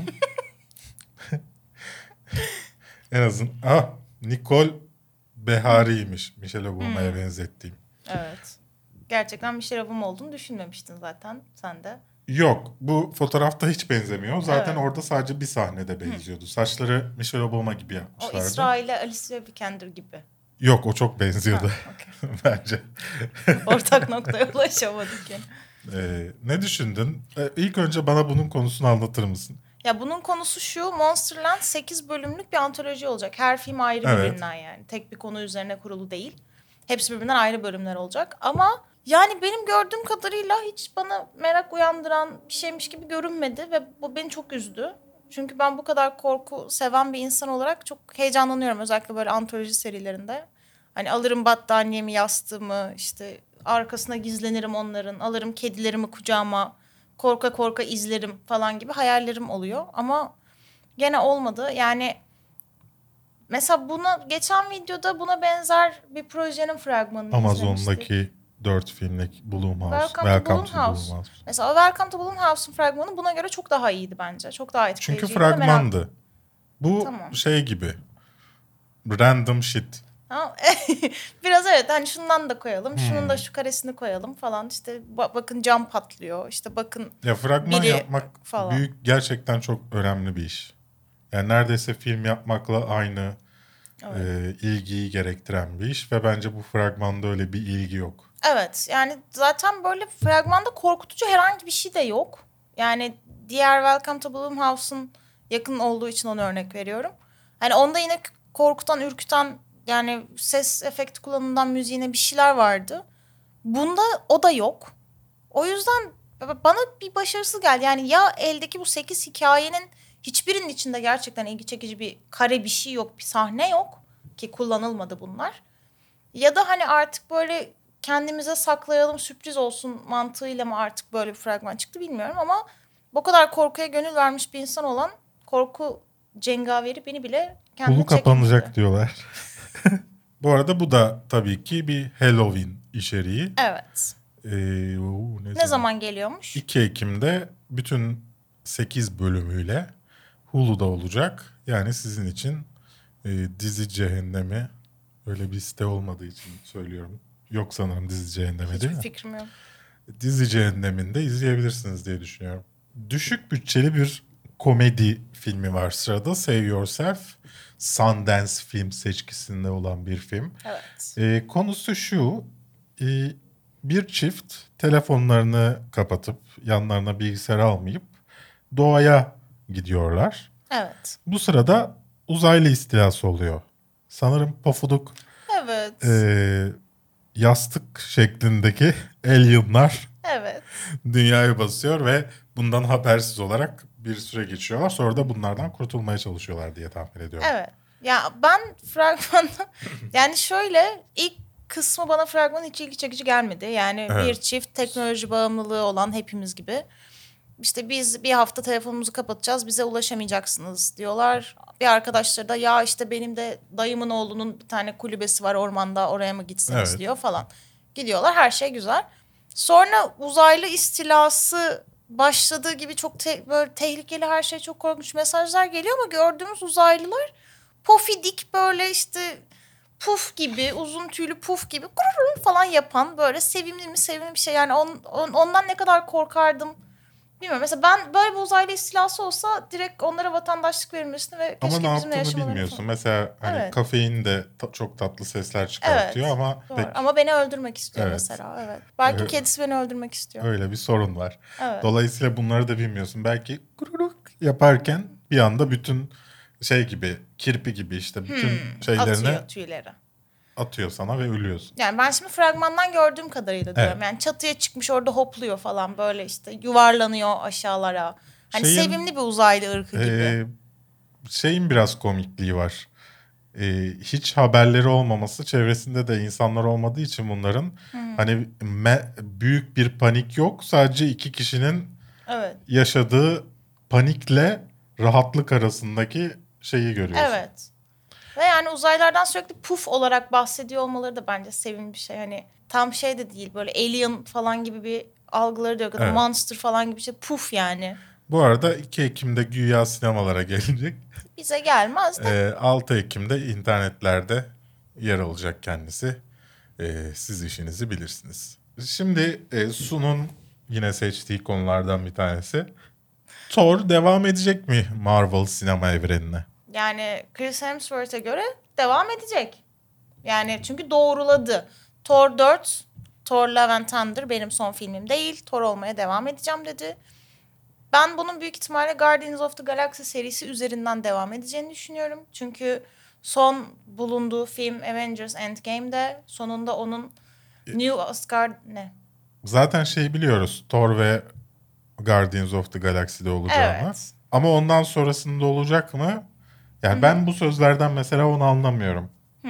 En azından Nicole Behari'ymiş Michelle Obama'ya benzettiğim. Evet. Gerçekten Michelle Obama olduğunu düşünmemiştin zaten sen de. Yok, bu fotoğrafta hiç benzemiyor. Zaten Evet. orada sadece bir sahnede benziyordu. Saçları Michelle Obama gibi yapmışlardı. O İsrail'e Alicia Vikander gibi. Yok, o çok benziyordu bence. Ortak noktaya ulaşamadık yani. Ne düşündün? İlk önce bana bunun konusunu anlatır mısın? Ya bunun konusu şu: Monsterland 8 bölümlük bir antoloji olacak. Her film ayrı Evet. birbirinden yani. Tek bir konu üzerine kurulu değil. Hepsi birbirinden ayrı bölümler olacak. Ama yani benim gördüğüm kadarıyla hiç bana merak uyandıran bir şeymiş gibi görünmedi. Ve bu beni çok üzdü. Çünkü ben bu kadar korku seven bir insan olarak çok heyecanlanıyorum. Özellikle böyle antoloji serilerinde. Hani alırım battaniyemi, yastığımı, işte arkasına gizlenirim onların. Alırım kedilerimi kucağıma, korka korka izlerim falan gibi hayallerim oluyor. Ama gene olmadı. Yani mesela geçen videoda buna benzer bir projenin fragmanını izlemiştik. Amazon'daki 4 filmlik Blumhouse. Welcome to Blumhouse. Mesela o Welcome to Blumhouse'un fragmanı buna göre çok daha iyiydi bence. Çok daha etkileyiciydi. Çünkü fragmandı. Bu Tamam. şey gibi. Random shit. Biraz evet, hani şundan da koyalım, şunun da şu karesini koyalım falan. İşte bakın cam patlıyor, işte bakın Ya fragman biri yapmak falan. gerçekten çok önemli bir iş. Yani neredeyse film yapmakla aynı ilgiyi gerektiren bir iş ve bence bu fragmanda öyle bir ilgi yok. Evet, yani zaten böyle fragmanda korkutucu herhangi bir şey de yok. Yani diğer Welcome to Blumhouse'un yakın olduğu için onu örnek veriyorum. Hani onda yine korkutan, ürküten, yani ses efekti kullanımından müziğine bir şeyler vardı. Bunda o da yok. O yüzden bana bir başarısız geldi. Yani ya eldeki bu 8 hikayenin hiçbirinin içinde gerçekten ilgi çekici bir kare bir şey yok, bir sahne yok ki kullanılmadı bunlar. Ya da hani artık böyle kendimize saklayalım, sürpriz olsun mantığıyla mı artık böyle bir fragman çıktı bilmiyorum ama bu kadar korkuya gönül vermiş bir insan olan korku cengaveri beni bile kendine Kulu kapanacak çekemedi. diyorlar. Bu arada bu da tabii ki bir Halloween içeriği. Evet. Ne zaman geliyormuş? 2 Ekim'de bütün 8 bölümüyle Hulu'da olacak. Yani sizin için dizi cehennemi, öyle bir site olmadığı için söylüyorum. Yok sanırım dizi cehennemi değil Hiçbir mi? fikrim yok. Dizi cehenneminde izleyebilirsiniz diye düşünüyorum. Düşük bütçeli bir komedi filmi var sırada. Save Yourself. Sundance film seçkisinde olan bir film. Evet. Konusu şu. Bir çift telefonlarını kapatıp yanlarına bilgisayar almayıp doğaya gidiyorlar. Evet. Bu sırada uzaylı istilası oluyor. Sanırım pofuduk Evet. yastık şeklindeki alienlar Evet. dünyayı basıyor ve bundan habersiz olarak bir süre geçiyorlar. Sonra da bunlardan kurtulmaya çalışıyorlar diye tahmin ediyorum. Evet. Ya ben fragmanda yani şöyle ilk kısmı bana fragmanın hiç ilgi çekici gelmedi. Yani Evet. bir çift teknoloji bağımlılığı olan hepimiz gibi. İşte biz bir hafta telefonumuzu kapatacağız, bize ulaşamayacaksınız diyorlar. Bir arkadaşları da ya işte benim de dayımın oğlunun bir tane kulübesi var ormanda, oraya mı gitseniz Evet. diyor falan. Gidiyorlar, her şey güzel. Sonra uzaylı istilası başladığı gibi çok böyle tehlikeli, her şey çok korkunç mesajlar geliyor ama gördüğümüz uzaylılar pofidik, böyle işte puf gibi, uzun tüylü puf gibi kururun falan yapan böyle sevimli bir şey. Yani ondan ne kadar korkardım bilmiyorum. Mesela ben böyle bir uzaylı istilası olsa direkt onlara vatandaşlık verilmesini ve Ama keşke ne bizimle yaptığını yaşamalarını bilmiyorsun. falan. Mesela hani Evet. kafein de çok tatlı sesler çıkartıyor Evet, ama doğru. pek Ama beni öldürmek istiyor Evet. mesela. Evet. Belki Evet. kedisi beni öldürmek istiyor. öyle bir sorun var. Evet. Dolayısıyla bunları da bilmiyorsun. Belki kururuk yaparken bir anda bütün şey gibi, kirpi gibi işte bütün şeylerini Atıyor tüyleri. atıyor sana ve ölüyorsun. Yani ben şimdi fragmandan gördüğüm kadarıyla diyorum. Evet. Yani çatıya çıkmış, orada hopluyor falan, böyle işte yuvarlanıyor aşağılara. Hani sevimli bir uzaylı ırkı gibi. Şeyin biraz komikliği var. Hiç haberleri olmaması, çevresinde de insanlar olmadığı için bunların hani büyük bir panik yok. Sadece 2 kişinin Evet. yaşadığı panikle rahatlık arasındaki şeyi görüyorsun. Evet. Ve yani uzaylılardan sürekli puf olarak bahsediyor olmaları da bence sevimli bir şey. Hani tam şey de değil, böyle alien falan gibi bir algıları da yok. Evet. Monster falan gibi bir şey. Puf yani. Bu arada 2 Ekim'de güya sinemalara gelecek. Bize gelmez de. 6 Ekim'de internetlerde yer alacak kendisi. Siz işinizi bilirsiniz. Şimdi Su'nun yine seçtiği konulardan bir tanesi. Thor devam edecek mi Marvel sinema evrenine? Yani Chris Hemsworth'a göre devam edecek. Yani çünkü doğruladı. Thor 4, Thor Love and Thunder benim son filmim değil. Thor olmaya devam edeceğim dedi. Ben bunun büyük ihtimalle Guardians of the Galaxy serisi üzerinden devam edeceğini düşünüyorum. Çünkü son bulunduğu film Avengers Endgame'de sonunda onun New Asgard ne? Zaten biliyoruz. Thor ve Guardians of the Galaxy'de olacağını. Evet. Ama ondan sonrasında olacak mı? Yani ben bu sözlerden mesela onu anlamıyorum.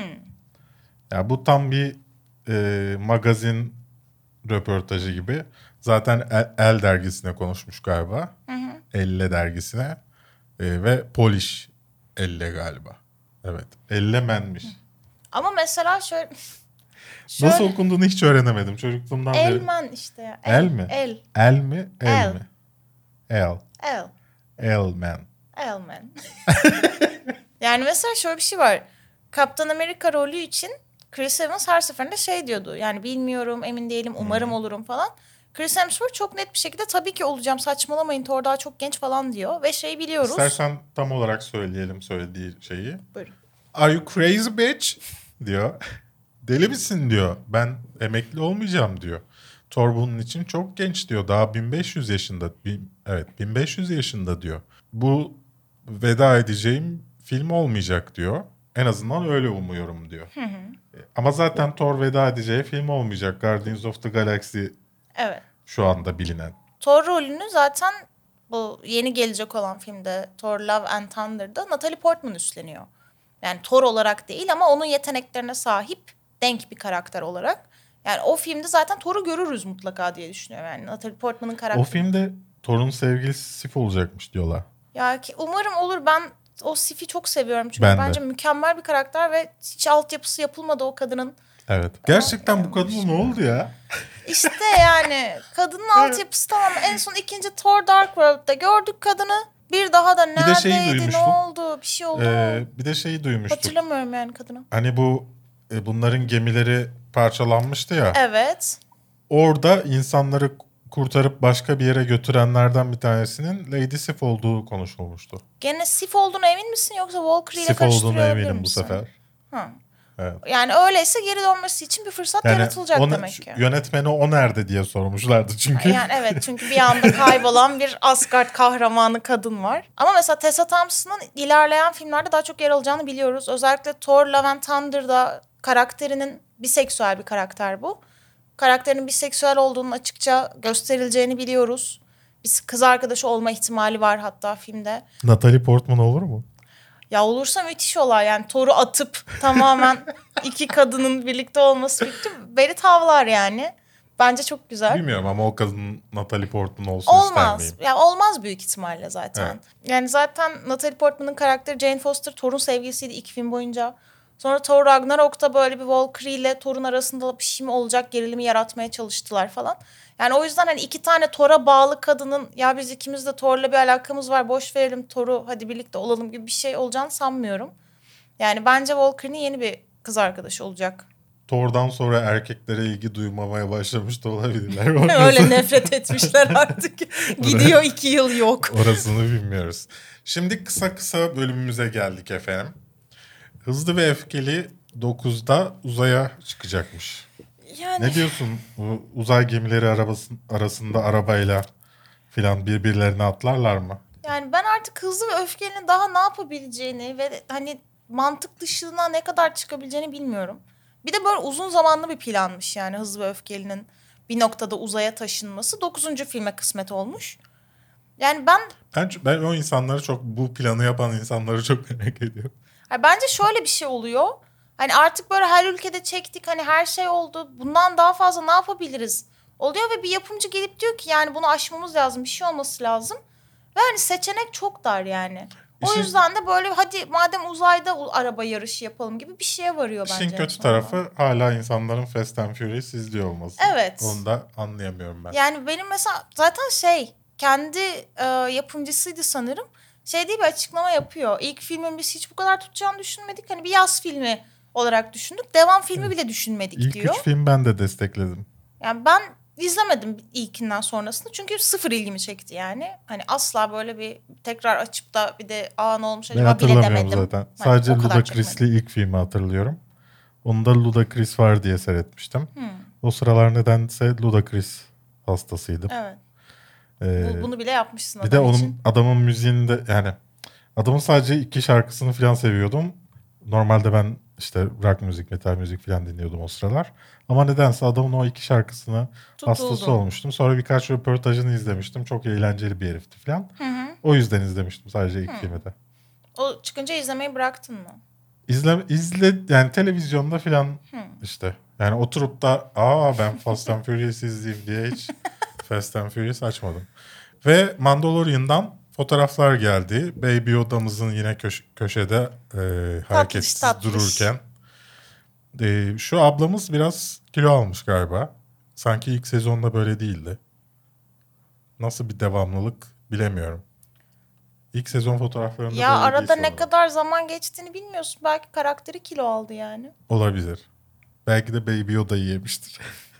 Ya bu tam bir magazin röportajı gibi. Zaten El dergisine konuşmuş galiba. Elle dergisine. Ve Polish Elle galiba. Evet. Elle menmiş. Ama mesela şöyle Nasıl okunduğunu hiç öğrenemedim çocukluğumdan beri. Elmen işte ya. El mi? El. El mi? El El. mi? El. El. Elmen. Elmen. Yani mesela şöyle bir şey var. Kaptan Amerika rolü için Chris Evans her seferinde diyordu. Yani bilmiyorum, emin değilim, umarım olurum falan. Chris Hemsworth çok net bir şekilde tabii ki olacağım, saçmalamayın, Thor daha çok genç falan diyor. Ve biliyoruz. İstersen tam olarak söyleyelim söylediği şeyi. Buyurun. Are you crazy bitch? diyor. Deli misin diyor. Ben emekli olmayacağım diyor. Thor bunun için çok genç diyor. Daha 1500 yaşında. Evet 1500 yaşında diyor. Bu veda edeceğim film olmayacak diyor. En azından öyle umuyorum diyor. Ama zaten Thor veda edeceği film olmayacak. Guardians of the Galaxy Evet. şu anda bilinen. Thor rolünü zaten bu yeni gelecek olan filmde Thor Love and Thunder'da Natalie Portman üstleniyor. Yani Thor olarak değil ama onun yeteneklerine sahip denk bir karakter olarak. Yani o filmde zaten Thor'u görürüz mutlaka diye düşünüyorum. Yani Natalie Portman'ın karakteri. O filmde Thor'un sevgilisi Sif olacakmış diyorlar. Ya ki umarım olur. Ben o Sif'i çok seviyorum. Çünkü Ben de. bence mükemmel bir karakter ve hiç altyapısı yapılmadı o kadının. Evet. Gerçekten bu kadına ne oldu ya? İşte yani kadının altyapısı tamam. En son ikinci Thor Dark World'da gördük kadını. Bir daha da neredeydi, ne oldu, bir şey oldu. Bir de duymuştuk. Hatırlamıyorum yani kadını. Hani bunların gemileri parçalanmıştı ya. Evet. Orada insanları kurtarıp başka bir yere götürenlerden bir tanesinin Lady Sif olduğu konuşulmuştu. Gene Sif olduğuna emin misin yoksa Valkyrie ile Sif karıştırıyor olduğuna olabilir eminim bu misin? sefer. Ha. Evet. Yani öyleyse geri dönmesi için bir fırsat yaratılacak demek ki. Yönetmeni o nerede diye sormuşlardı çünkü. Yani evet, çünkü bir anda kaybolan bir Asgard kahramanı kadın var. Ama mesela Tessa Thompson'ın ilerleyen filmlerde daha çok yer alacağını biliyoruz. Özellikle Thor Love and Thunder'da karakterinin biseksüel bir karakter bu. Karakterinin biseksüel olduğunun açıkça gösterileceğini biliyoruz. Bir kız arkadaşı olma ihtimali var hatta filmde. Natalie Portman olur mu? Ya olursa müthiş olay yani. Thor'u atıp tamamen iki kadının birlikte olması fikri beni tavlar yani. Bence çok güzel. Bilmiyorum ama o kadın Natalie Portman olsun ister miyim? Olmaz. Ya olmaz büyük ihtimalle zaten. Evet. Yani zaten Natalie Portman'ın karakteri Jane Foster Thor'un sevgilisiydi ilk film boyunca. Sonra Thor Ragnarok'ta böyle bir Valkyrie ile Thor'un arasında bir şey mi olacak gerilimi yaratmaya çalıştılar falan. Yani o yüzden hani iki tane Thor'a bağlı kadının ya biz ikimiz de Thor'la bir alakamız var boş verelim Thor'u hadi birlikte olalım gibi bir şey olacağını sanmıyorum. Yani bence Valkyrie'nin yeni bir kız arkadaşı olacak. Thor'dan sonra erkeklere ilgi duymamaya başlamış da olabilirler. Öyle nefret etmişler artık. Gidiyor 2 yıl yok. Orasını bilmiyoruz. Şimdi kısa bölümümüze geldik efendim. Hızlı ve Öfkeli 9'da uzaya çıkacakmış. Yani... Ne diyorsun? Bu uzay gemileri arasında arabayla filan birbirlerine atlarlar mı? Yani ben artık Hızlı ve Öfkeli'nin daha ne yapabileceğini ve hani mantık dışına ne kadar çıkabileceğini bilmiyorum. Bir de böyle uzun zamanlı bir planmış yani Hızlı ve Öfkeli'nin bir noktada uzaya taşınması. 9. filme kısmet olmuş. Yani ben o insanları bu planı yapan insanları çok merak ediyorum. Yani bence şöyle bir şey oluyor. Hani artık böyle her ülkede çektik hani her şey oldu. Bundan daha fazla ne yapabiliriz? Oluyor ve bir yapımcı gelip diyor ki yani bunu aşmamız lazım. Bir şey olması lazım. Ve hani seçenek çok dar yani. O yüzden de böyle hadi madem uzayda araba yarışı yapalım gibi bir şeye varıyor bence. İşin kötü tarafı hala insanların Fast and Furious izliyor olması. Evet. Onu da anlayamıyorum ben. Yani benim mesela zaten kendi yapımcısıydı sanırım. Diye bir açıklama yapıyor. İlk filmin biz hiç bu kadar tutacağını düşünmedik. Hani bir yaz filmi olarak düşündük. Devam filmi bile düşünmedik diyor. İlk 3 film ben de destekledim. Yani ben izlemedim ilkinden sonrasını. Çünkü sıfır ilgimi çekti yani. Hani asla böyle bir tekrar açıp da bir de ne olmuş acaba bile demedim. Ben hatırlamıyorum zaten. Hani Sadece Ludacris'li ilk filmi hatırlıyorum. Onu da Ludacris var diye seyretmiştim. O sıralar nedense Ludacris hastasıydım. Evet. Ee, Bunu bile yapmışsın bir de adam onun için. adamın müziğinde yani adamın sadece 2 şarkısını falan seviyordum. Normalde ben işte rock müzik, metal müzik falan dinliyordum o sıralar. Ama nedense adamın o 2 şarkısını hastası Tutuldum. olmuştum. Sonra birkaç röportajını izlemiştim. Çok eğlenceli bir herifti falan. O yüzden izlemiştim sadece ilk filmi de. O çıkınca izlemeyi bıraktın mı? İzle yani televizyonda falan işte. Yani oturup da ben Fast and Furious izleyeyim diye hiç Fast and Furious açmadım. Ve Mandalorian'dan fotoğraflar geldi. Baby Yoda'mızın yine köşede hareketsiz tatlış. dururken. Şu ablamız biraz kilo almış galiba. Sanki ilk sezonda böyle değildi. Nasıl bir devamlılık bilemiyorum. İlk sezon fotoğraflarında Ya böyle arada değil ne sanırım. kadar zaman geçtiğini bilmiyorsun. Belki karakteri kilo aldı yani. Olabilir. Belki de Baby Yoda yemiştir.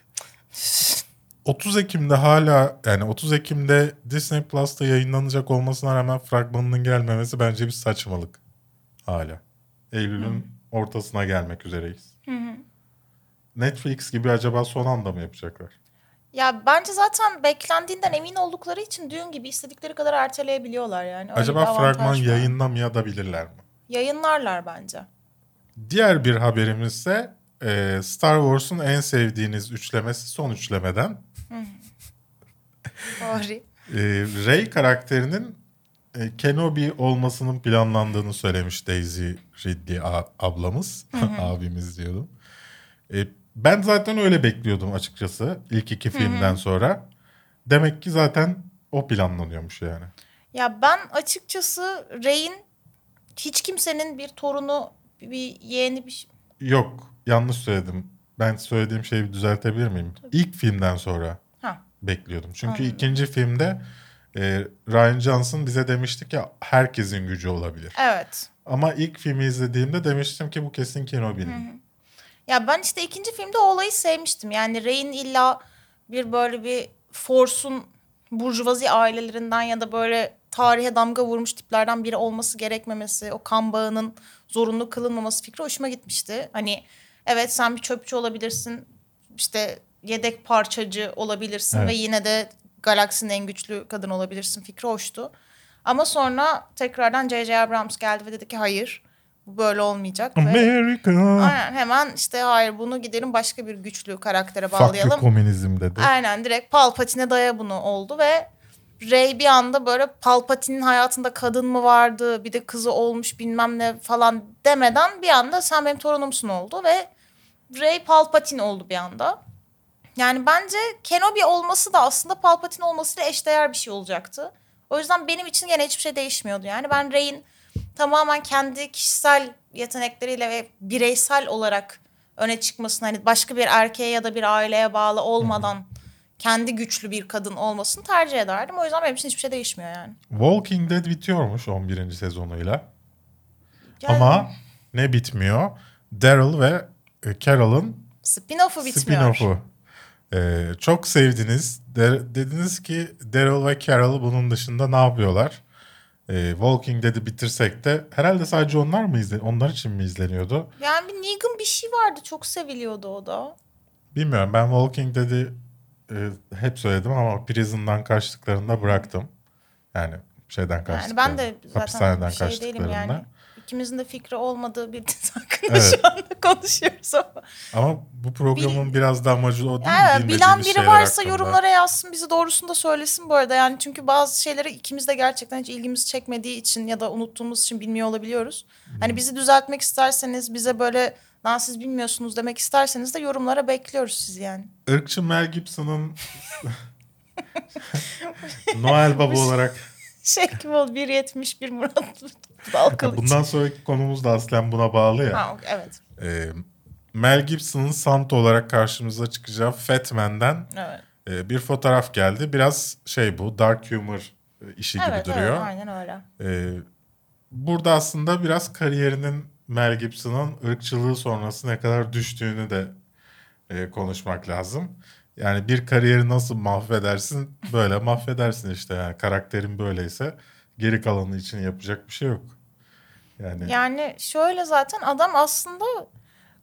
30 Ekim'de hala yani 30 Ekim'de Disney Plus'ta yayınlanacak olmasına rağmen fragmanının gelmemesi bence bir saçmalık hala. Eylül'ün ortasına gelmek üzereyiz. Netflix gibi acaba son anda mı yapacaklar? Ya bence zaten beklendiğinden emin oldukları için düğün gibi istedikleri kadar erteleyebiliyorlar yani. Öyle bir Acaba avantaj fragman var. yayınlamayabilirler mi? Yayınlarlar bence. Diğer bir haberimiz ise Star Wars'un en sevdiğiniz üçlemesi son üçlemeden. Doğru. Rey karakterinin Kenobi olmasının planlandığını söylemiş Daisy Ridley ablamız. Abimiz diyordum. Ben zaten öyle bekliyordum açıkçası ilk 2 filmden sonra. Demek ki zaten o planlanıyormuş yani. Ya ben açıkçası Rey'in hiç kimsenin bir torunu, bir yeğeni bir Yok, yanlış söyledim. Ben söylediğim şeyi bir düzeltebilir miyim? İlk filmden sonra bekliyordum. Çünkü ikinci filmde Rian Johnson bize demişti ki herkesin gücü olabilir. Evet. Ama ilk filmi izlediğimde demiştim ki bu kesin Kenobi'nin. Ya ben işte ikinci filmde o olayı sevmiştim. Yani Rey'in illa bir böyle bir Force'un burjuvazi ailelerinden ya da böyle tarihe damga vurmuş tiplerden biri olması gerekmemesi, o kan bağının zorunlu kılınmaması fikri hoşuma gitmişti. Hani evet sen bir çöpçü olabilirsin, işte yedek parçacı olabilirsin Evet. ve yine de galaksinin en güçlü kadın olabilirsin fikri hoştu. Ama sonra tekrardan J.J. Abrams geldi ve dedi ki hayır bu böyle olmayacak. Ve America. aynen hemen işte hayır bunu gidelim başka bir güçlü karaktere Fuck you bağlayalım. komünizm dedi. Aynen direkt Palpatine'e daya bunu oldu ve Rey bir anda böyle Palpatine'in hayatında kadın mı vardı bir de kızı olmuş bilmem ne falan demeden bir anda sen benim torunumsun oldu ve Rey Palpatine oldu bir anda. Yani bence Kenobi olması da aslında Palpatine olmasıyla eşdeğer bir şey olacaktı. O yüzden benim için gene hiçbir şey değişmiyordu. Yani ben Rey'in tamamen kendi kişisel yetenekleriyle ve bireysel olarak öne çıkmasını, hani başka bir erkeğe ya da bir aileye bağlı olmadan kendi güçlü bir kadın olmasını tercih ederdim. O yüzden benim için hiçbir şey değişmiyor yani. Walking Dead bitiyormuş 11. sezonuyla. Yani Ama ne bitmiyor? Daryl ve Carol'ın spin-off'u bitmiyor. spin-off'u. Çok sevdiniz. Dediniz ki Daryl ve Carol bunun dışında ne yapıyorlar? Walking Dead'i bitirsek de herhalde sadece onlar için mi izleniyordu? Yani bir Negan bir şey vardı. Çok seviliyordu o da. Bilmiyorum. Ben Walking Dead'i hep söyledim ama Prison'dan kaçtıklarında bıraktım. Yani şeyden kaçtıklarında. Yani ben de zaten hapishaneden şey değilim kaçtıklarında. yani. İkimizin de fikri olmadığı bir dizi hakkında Evet. şu anda konuşuyoruz ama. Ama bu programın biraz da amacı o değil mi? Yani Bilmediğimiz bilen biri şeyler varsa hakkında. yorumlara yazsın, bizi doğrusunu da söylesin bu arada. Yani çünkü bazı şeyleri ikimiz de gerçekten hiç ilgimizi çekmediği için ya da unuttuğumuz için bilmiyor olabiliyoruz. Hani bizi düzeltmek isterseniz, bize böyle lan siz bilmiyorsunuz demek isterseniz de yorumlara bekliyoruz sizi yani. Irkçı Mel Gibson'ın Noel Baba olarak Şey gibi oldu 1.71 Murat Dalkılıç. bundan sonraki konumuz da aslen buna bağlı ya. Ha, evet. Mel Gibson'ın Santa olarak karşımıza çıkacağı Fat Man'den Evet. bir fotoğraf geldi. Biraz bu dark humor işi gibi duruyor. Evet, aynen öyle. Burada aslında biraz kariyerinin Mel Gibson'ın ırkçılığı sonrası ne kadar düştüğünü de konuşmak lazım. Yani bir kariyeri nasıl mahvedersin? Böyle mahvedersin işte. Yani karakterin böyleyse geri kalanı için yapacak bir şey yok. Yani şöyle zaten adam aslında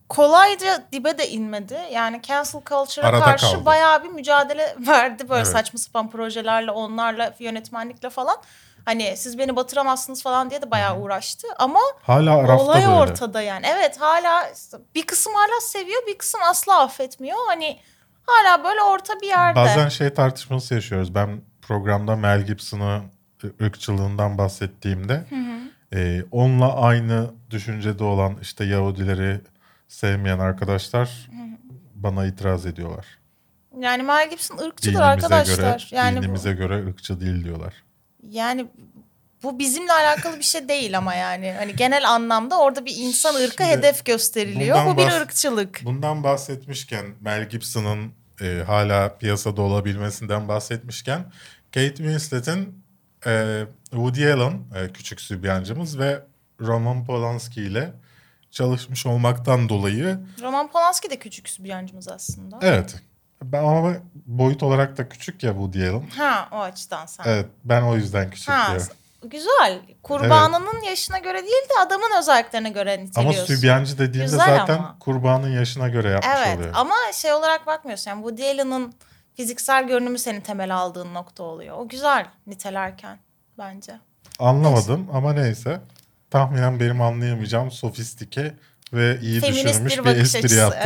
kolayca dibe de inmedi. Yani cancel culture'a Arada karşı kaldı. bayağı bir mücadele verdi. Böyle Evet. saçma sapan projelerle, onlarla, yönetmenlikle falan. Hani siz beni batıramazsınız falan diye de bayağı uğraştı. Ama Hala rafta olay böyle. ortada yani. Evet, hala bir kısım hala seviyor, bir kısım asla affetmiyor. Hani hala böyle orta bir yerde. Bazen tartışması yaşıyoruz. Ben programda Mel Gibson'ı ırkçılığından bahsettiğimde onunla aynı düşüncede olan işte Yahudileri sevmeyen arkadaşlar bana itiraz ediyorlar. Yani Mel Gibson ırkçıdır arkadaşlar. Dinimize göre ırkçı değil diyorlar. Yani bu bizimle alakalı bir şey değil ama yani. Hani genel anlamda orada bir insan ırkı hedef gösteriliyor. Bu bir ırkçılık. Bundan bahsetmişken Mel Gibson'ın hala piyasada olabilmesinden bahsetmişken Kate Winslet'in Woody Allen küçük sübyancımız ve Roman Polanski ile çalışmış olmaktan dolayı Roman Polanski de küçük sübyancımız aslında. evet. Ama boyut olarak da küçük ya Woody Allen. Ha, o açıdan sen. Evet, ben o yüzden küçük diyorum. Güzel. Kurbanının yaşına göre değil de adamın özelliklerine göre niteliyorsun. Ama sübyancı dediğinde Güzel zaten ama. kurbanın yaşına göre yapmış Evet oluyor. ama şey olarak bakmıyorsun. Yani Woody Allen'ın fiziksel görünümü senin temel aldığın nokta oluyor. O güzel nitelerken bence. Anlamadım ama neyse. Tahminen benim anlayamayacağım sofistike ve iyi Feminist düşünülmüş bir bakış espri açısı. yaptım.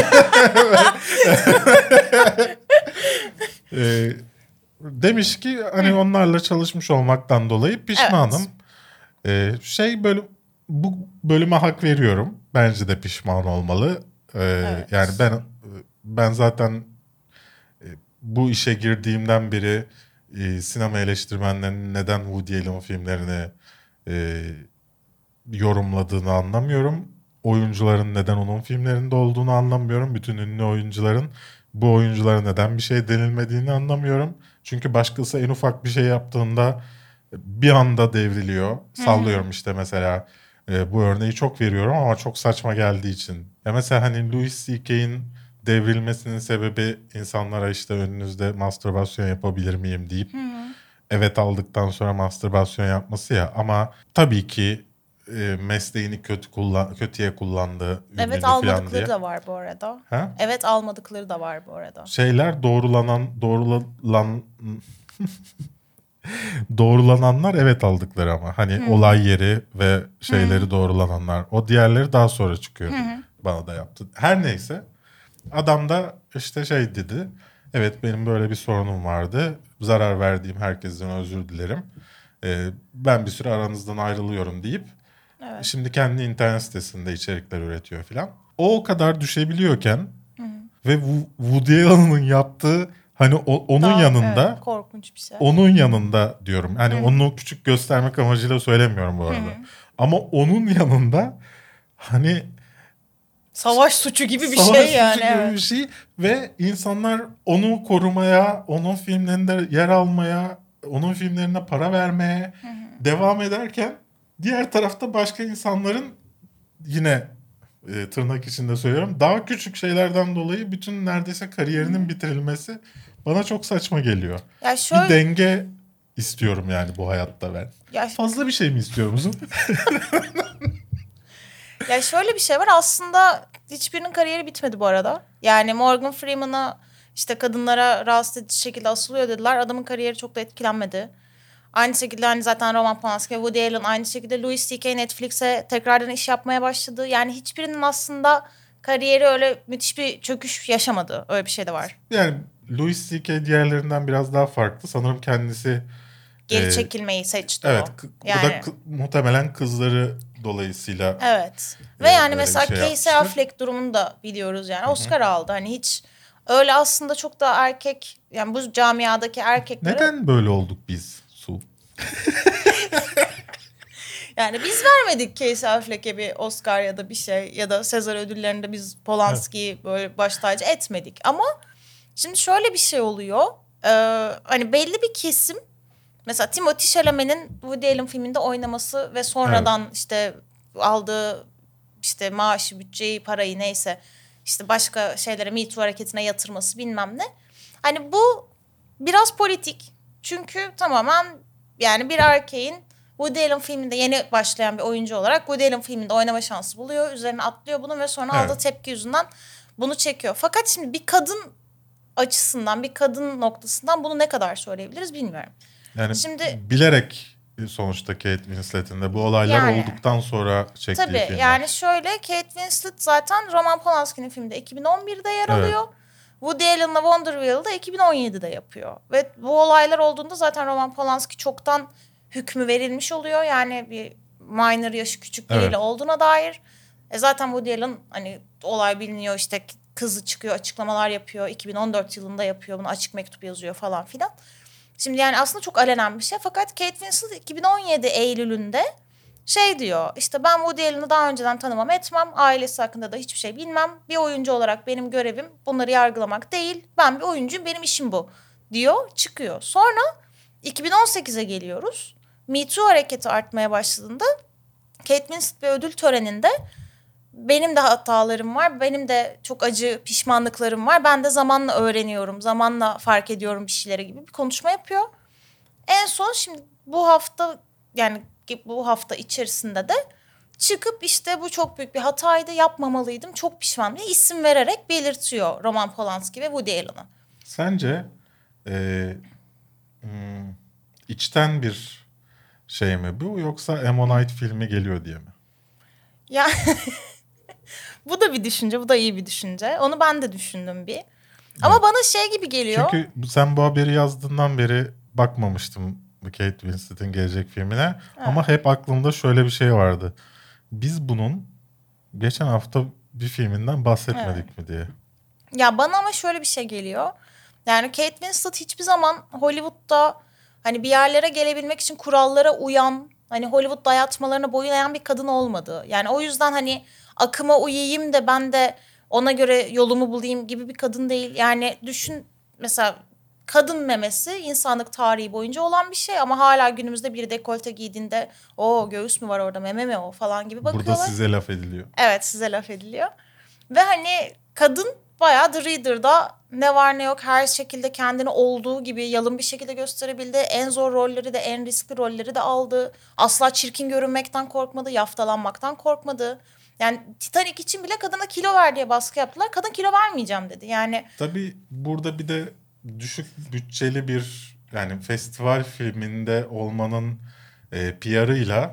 Demiş ki hani onlarla çalışmış olmaktan dolayı pişmanım. Bu bölüme hak veriyorum. Bence de pişman olmalı. Evet. Yani ben zaten bu işe girdiğimden beri sinema eleştirmenlerinin neden Woody Allen filmlerini yorumladığını anlamıyorum. Oyuncuların neden onun filmlerinde olduğunu anlamıyorum. Bütün ünlü oyuncuların bu oyunculara neden bir şey denilmediğini anlamıyorum. Çünkü başkası en ufak bir şey yaptığında bir anda devriliyor. Sallıyorum işte mesela bu örneği çok veriyorum ama çok saçma geldiği için. Ya mesela hani Louis C.K.'in devrilmesinin sebebi insanlara işte önünüzde mastürbasyon yapabilir miyim deyip evet aldıktan sonra mastürbasyon yapması ya. Ama tabii ki mesleğini kötüye kullandı. Evet, almadıkları da var bu arada. Ha? Evet, almadıkları da var bu arada. Doğrulananlar evet aldıkları ama hani olay yeri ve şeyleri doğrulananlar. O diğerleri daha sonra çıkıyor. Bana da yaptı. Her neyse. Adam da işte şey dedi. Evet benim böyle bir sorunum vardı. Zarar verdiğim herkesten özür dilerim. Ben bir süre aranızdan ayrılıyorum deyip şimdi kendi internet sitesinde içerikler üretiyor falan. O kadar düşebiliyorken ve Woody Allen'ın yaptığı hani onun yanında evet, korkunç bir şey. onun yanında diyorum. Yani onu küçük göstermek amacıyla söylemiyorum bu arada. Ama onun yanında hani Savaş suçu gibi bir savaş şey yani. suçu gibi Evet. bir şey ve insanlar onu korumaya, onun filmlerinde yer almaya, onun filmlerine para vermeye devam ederken diğer tarafta başka insanların yine tırnak içinde söylüyorum daha küçük şeylerden dolayı bütün neredeyse kariyerinin bitirilmesi bana çok saçma geliyor. Ya şöyle, Bir denge istiyorum yani bu hayatta ben. Ya, Fazla bir şey mi istiyor musun? ya şöyle bir şey var, aslında hiçbirinin kariyeri bitmedi bu arada. Yani Morgan Freeman'a işte kadınlara rahatsız edici şekilde asılıyor dediler. Adamın kariyeri çok da etkilenmedi. Aynı şekilde hani zaten Roman Polanski ve Woody Allen, aynı şekilde Louis C.K. Netflix'e tekrardan iş yapmaya başladı. Yani hiçbirinin aslında kariyeri öyle müthiş bir çöküş yaşamadı. Öyle bir şey de var. Yani Louis C.K. diğerlerinden biraz daha farklı. Sanırım kendisi Geri çekilmeyi seçti evet, o. bu da muhtemelen kızları dolayısıyla. Evet. Ve yani böyle mesela bir şey Casey yapmıştır. Affleck durumunu da biliyoruz yani. Oscar aldı. Hani hiç öyle aslında çok da erkek, yani bu camiadaki erkeklere. Neden böyle olduk biz Su? Yani biz vermedik Casey Affleck'e bir Oscar ya da bir şey, ya da Sezar ödüllerinde biz Polanski'yi böyle baş tacı etmedik. Ama şimdi şöyle bir şey oluyor. Hani belli bir kesim, mesela Timothée Chalamet'in Woody Allen filminde oynaması ve sonradan işte aldığı işte maaşı, bütçeyi, parayı neyse işte başka şeylere, Me Too hareketine yatırması bilmem ne. Hani bu biraz politik. Çünkü tamamen yani bir erkeğin Woody Allen filminde yeni başlayan bir oyuncu olarak Woody Allen filminde oynama şansı buluyor. Üzerine atlıyor bunu ve sonra aldığı tepki yüzünden bunu çekiyor. Fakat şimdi bir kadın açısından, bir kadın noktasından bunu ne kadar söyleyebiliriz bilmiyorum. Yani şimdi bilerek sonuçta Kate Winslet'in de bu olaylar olduktan sonra çektiği tabii, filmler. yani şöyle, Kate Winslet zaten Roman Polanski'nin filminde 2011'de yer alıyor. Woody Allen'la Wonder Wheel'da 2017'de yapıyor. Ve bu olaylar olduğunda zaten Roman Polanski çoktan hükmü verilmiş oluyor. Yani bir minor, yaşı küçük biriyle olduğuna dair. Zaten Woody Allen hani olay biliniyor, işte kızı çıkıyor, açıklamalar yapıyor. 2014 yılında yapıyor bunu, açık mektup yazıyor falan filan. Şimdi yani aslında çok alenen bir şey. Fakat Kate Winslet 2017 Eylül'ünde şey diyor, işte ben Woody Allen'ı daha önceden tanımam etmem. Ailesi hakkında da hiçbir şey bilmem. Bir oyuncu olarak benim görevim bunları yargılamak değil. Ben bir oyuncuyum, benim işim bu diyor, çıkıyor. Sonra 2018'e geliyoruz. Me Too hareketi artmaya başladığında Kate Winslet bir ödül töreninde benim de hatalarım var, benim de çok acı pişmanlıklarım var. Ben de zamanla öğreniyorum, zamanla fark ediyorum bir şeylere gibi bir konuşma yapıyor. En son şimdi bu hafta, yani bu hafta içerisinde de çıkıp işte bu çok büyük bir hataydı, yapmamalıydım, çok pişmanım diye isim vererek belirtiyor Roman Polanski ve Woody Allen'ı. Sence içten bir şey mi bu, yoksa Ammonite filmi geliyor diye mi? Ya bu da bir düşünce, bu da iyi bir düşünce. Onu ben de düşündüm bir. Ama bana şey gibi geliyor. Çünkü sen bu haberi yazdığından beri bakmamıştım Kate Winslet'in gelecek filmine. Ama hep aklımda şöyle bir şey vardı. Biz bunun geçen hafta bir filminden bahsetmedik mi diye. Ya bana ama şöyle bir şey geliyor. Yani Kate Winslet hiçbir zaman Hollywood'da hani bir yerlere gelebilmek için kurallara uyan, hani Hollywood dayatmalarına boyun eğen bir kadın olmadı. Yani o yüzden hani akıma uyayım da ben de ona göre yolumu bulayım gibi bir kadın değil. Yani düşün mesela, kadın memesi insanlık tarihi boyunca olan bir şey ama hala günümüzde bir dekolte giydiğinde o göğüs mü var orada, meme mi o falan gibi bakıyorlar. Burada size laf ediliyor. Evet, size laf ediliyor. Ve hani kadın bayağı The Reader'da ne var ne yok her şekilde kendini olduğu gibi yalın bir şekilde gösterebildi. En zor rolleri de, en riskli rolleri de aldı. Asla çirkin görünmekten korkmadı, yaftalanmaktan korkmadı. Yani Titanic için bile kadına kilo ver diye baskı yaptılar. Kadın kilo vermeyeceğim dedi. Yani tabii burada bir de düşük bütçeli bir, yani festival filminde olmanın PR'ıyla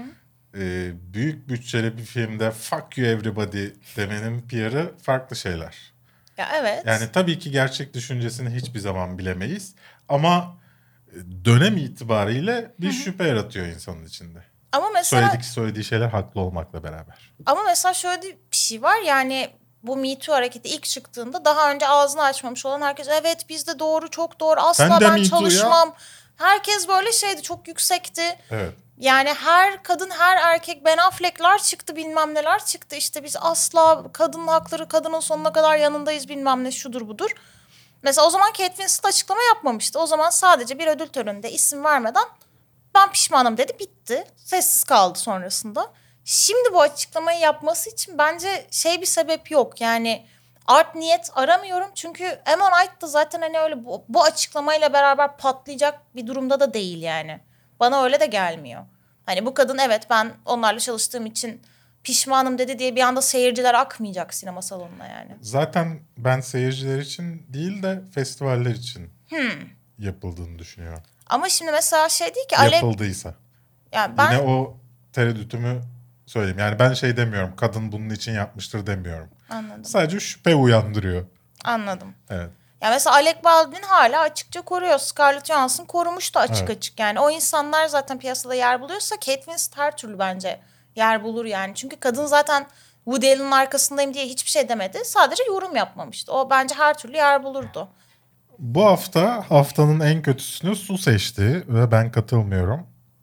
büyük bütçeli bir filmde fuck you everybody demenin PR'ı farklı şeyler. ya evet. Yani tabii ki gerçek düşüncesini hiçbir zaman bilemeyiz ama dönem itibariyle bir şüphe yaratıyor insanın içinde. Ama mesela Söylediği şeyler haklı olmakla beraber. Ama mesela şöyle bir şey var, yani bu Me Too hareketi ilk çıktığında daha önce ağzını açmamış olan herkes evet bizde doğru, çok doğru, asla ben çalışmam. Herkes böyle şeydi, çok yüksekti. Evet. Yani her kadın, her erkek, Ben Affleck'ler çıktı, bilmem neler çıktı. İşte biz asla kadın hakları, kadının sonuna kadar yanındayız, bilmem ne, şudur budur. Mesela o zaman Kate Winslet açıklama yapmamıştı. O zaman sadece bir ödül töreninde isim vermeden ben pişmanım dedi, bitti. Sessiz kaldı sonrasında. Şimdi bu açıklamayı yapması için bence bir sebep yok. Yani art niyet aramıyorum. Çünkü Ammonite da zaten hani öyle bu açıklamayla beraber patlayacak bir durumda da değil yani. Bana öyle de gelmiyor. Hani bu kadın evet ben onlarla çalıştığım için pişmanım dedi diye bir anda seyirciler akmayacak sinema salonuna yani. Zaten ben seyirciler için değil de festivaller için yapıldığını düşünüyorum. Ama şimdi mesela değil ki yapıldıysa. Yani ben yine o tereddütümü söyleyeyim. Yani ben demiyorum, kadın bunun için yapmıştır demiyorum. Anladım. Sadece şüphe uyandırıyor. Anladım. Evet. Ya mesela Alec Baldwin hala açıkça koruyor. Scarlett Johansson korumuştu açık açık. Yani o insanlar zaten piyasada yer buluyorsa Kate Winslet her türlü bence yer bulur yani. Çünkü kadın zaten Woody Allen'ın arkasındayım diye hiçbir şey demedi. Sadece yorum yapmamıştı. O bence her türlü yer bulurdu. Bu haftanın en kötüsünü Su seçti ve ben katılmıyorum.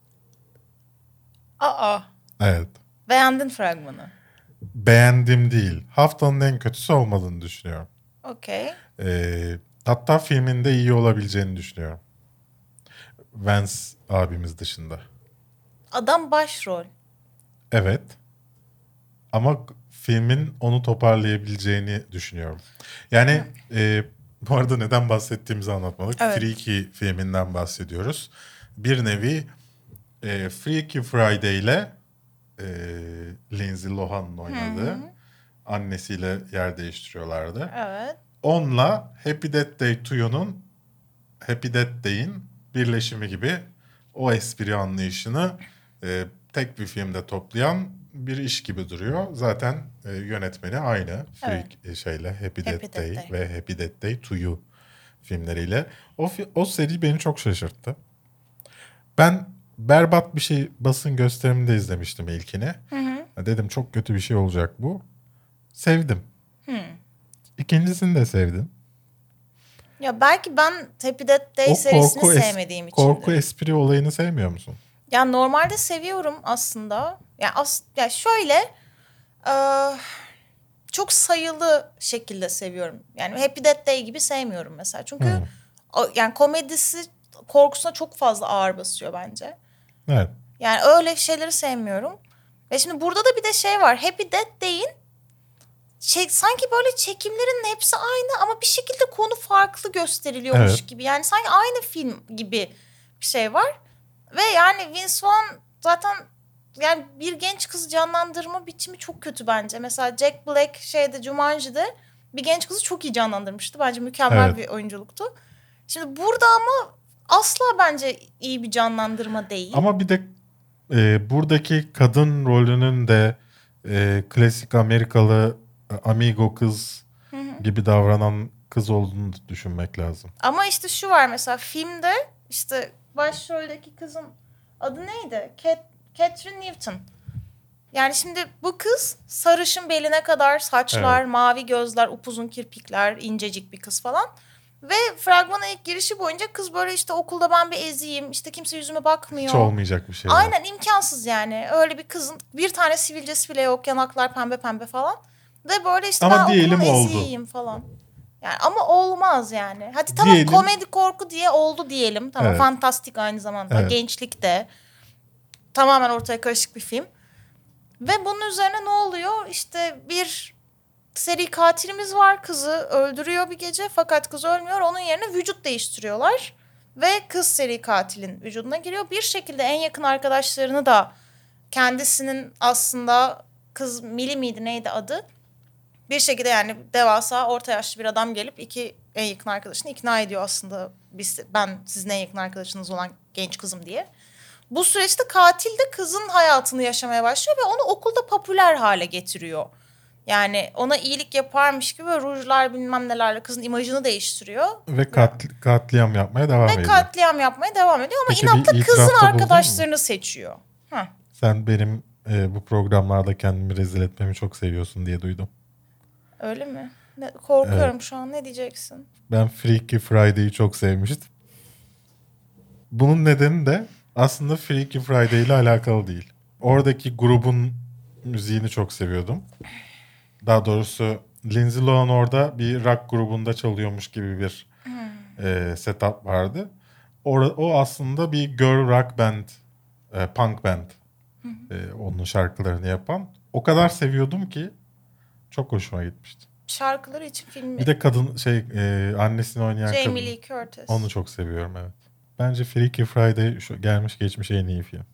Aa. Evet. Beğendin fragmanı. Beğendim değil. Haftanın en kötüsü olmadığını düşünüyorum. Okey. Hatta filminde iyi olabileceğini düşünüyorum. Vance abimiz dışında. Adam başrol. Evet. Ama filmin onu toparlayabileceğini düşünüyorum. Yani bu arada neden bahsettiğimizi anlatmadık. Evet. Freaky filminden bahsediyoruz. Bir nevi Freaky Friday ile Lindsay Lohan'ın oynadığı annesiyle yer değiştiriyorlardı. Evet. Onunla Happy Death Day 2'nun Happy Death Day'in birleşimi gibi o espri anlayışını tek bir filmde toplayan bir iş gibi duruyor. Zaten yönetmeni aynı. Happy Death Day ve Happy Death Day 2 filmleriyle. O seri beni çok şaşırttı. Ben berbat bir şey basın gösteriminde izlemiştim ilkini. Dedim çok kötü bir şey olacak bu. Sevdim. İkincisini de sevdim. Ya belki ben Happy Death Day serisini sevmediğim için. Korku espri olayını sevmiyor musun? Ya normalde seviyorum aslında. Ya şöyle çok sayılı şekilde seviyorum. Yani Happy Death Day gibi sevmiyorum mesela. Çünkü yani komedisi korkusuna çok fazla ağır basıyor bence. Evet. Yani öyle şeyleri sevmiyorum. Ve şimdi burada da bir de şey var. Happy Death Day'in sanki böyle çekimlerin hepsi aynı ama bir şekilde konu farklı gösteriliyormuş gibi. Yani sanki aynı film gibi bir şey var. Ve yani Vince Vaughn zaten yani bir genç kız canlandırma biçimi çok kötü bence. Mesela Jack Black Jumanji'de bir genç kızı çok iyi canlandırmıştı. Bence mükemmel bir oyunculuktu. Şimdi burada ama asla bence iyi bir canlandırma değil. Ama bir de buradaki kadın rolünün de klasik Amerikalı amigo kız gibi davranan kız olduğunu düşünmek lazım. Ama işte şu var mesela filmde işte başroldeki kızın adı neydi? Catherine Newton. Yani şimdi bu kız sarışın beline kadar saçlar, mavi gözler, upuzun kirpikler, incecik bir kız falan. Ve fragmana ilk girişi boyunca kız böyle işte okulda ben bir eziyim, işte kimse yüzüme bakmıyor. Hiç olmayacak bir şey. Aynen imkansız yani. Öyle bir kızın bir tane sivilcesi bile yok, yanaklar pembe pembe falan. Ve böyle işte ama ben okulun oldu. eziyim falan. Yani ama olmaz yani. Hadi tamam diyelim. Komedi korku diye oldu diyelim. Tamam fantastik aynı zamanda. Gençlik de. Tamamen ortaya karışık bir film. Ve bunun üzerine ne oluyor? İşte bir seri katilimiz var. Kızı öldürüyor bir gece. Fakat kız ölmüyor. Onun yerine vücut değiştiriyorlar. Ve kız seri katilin vücuduna giriyor. Bir şekilde en yakın arkadaşlarını da kendisinin aslında kız Millie miydi neydi adı? Bir şekilde yani devasa orta yaşlı bir adam gelip iki en yakın arkadaşını ikna ediyor aslında. Ben sizin en yakın arkadaşınız olan genç kızım diye. Bu süreçte katil de kızın hayatını yaşamaya başlıyor ve onu okulda popüler hale getiriyor. Yani ona iyilik yaparmış gibi rujlar bilmem nelerle kızın imajını değiştiriyor. Ve katliam yapmaya devam ediyor. Ve katliam yapmaya devam ediyor ama peki, inatla kızın arkadaşlarını seçiyor. Sen benim bu programlarda kendimi rezil etmemi çok seviyorsun diye duydum. Öyle mi? Korkuyorum şu an. Ne diyeceksin? Ben Freaky Friday'i çok sevmiştim. Bunun nedeni de aslında Freaky Friday ile alakalı değil. Oradaki grubun müziğini çok seviyordum. Daha doğrusu Lindsay Lohan orada bir rock grubunda çalıyormuş gibi bir setup vardı. O aslında bir girl rock band, punk band. Onun şarkılarını yapan. O kadar seviyordum ki çok hoşuma gitmişti. Şarkıları için filmi. Bir de kadın annesini oynayan kadın. Jamie Lee Curtis. Onu çok seviyorum evet. Bence Freaky Friday gelmiş geçmiş en iyi film.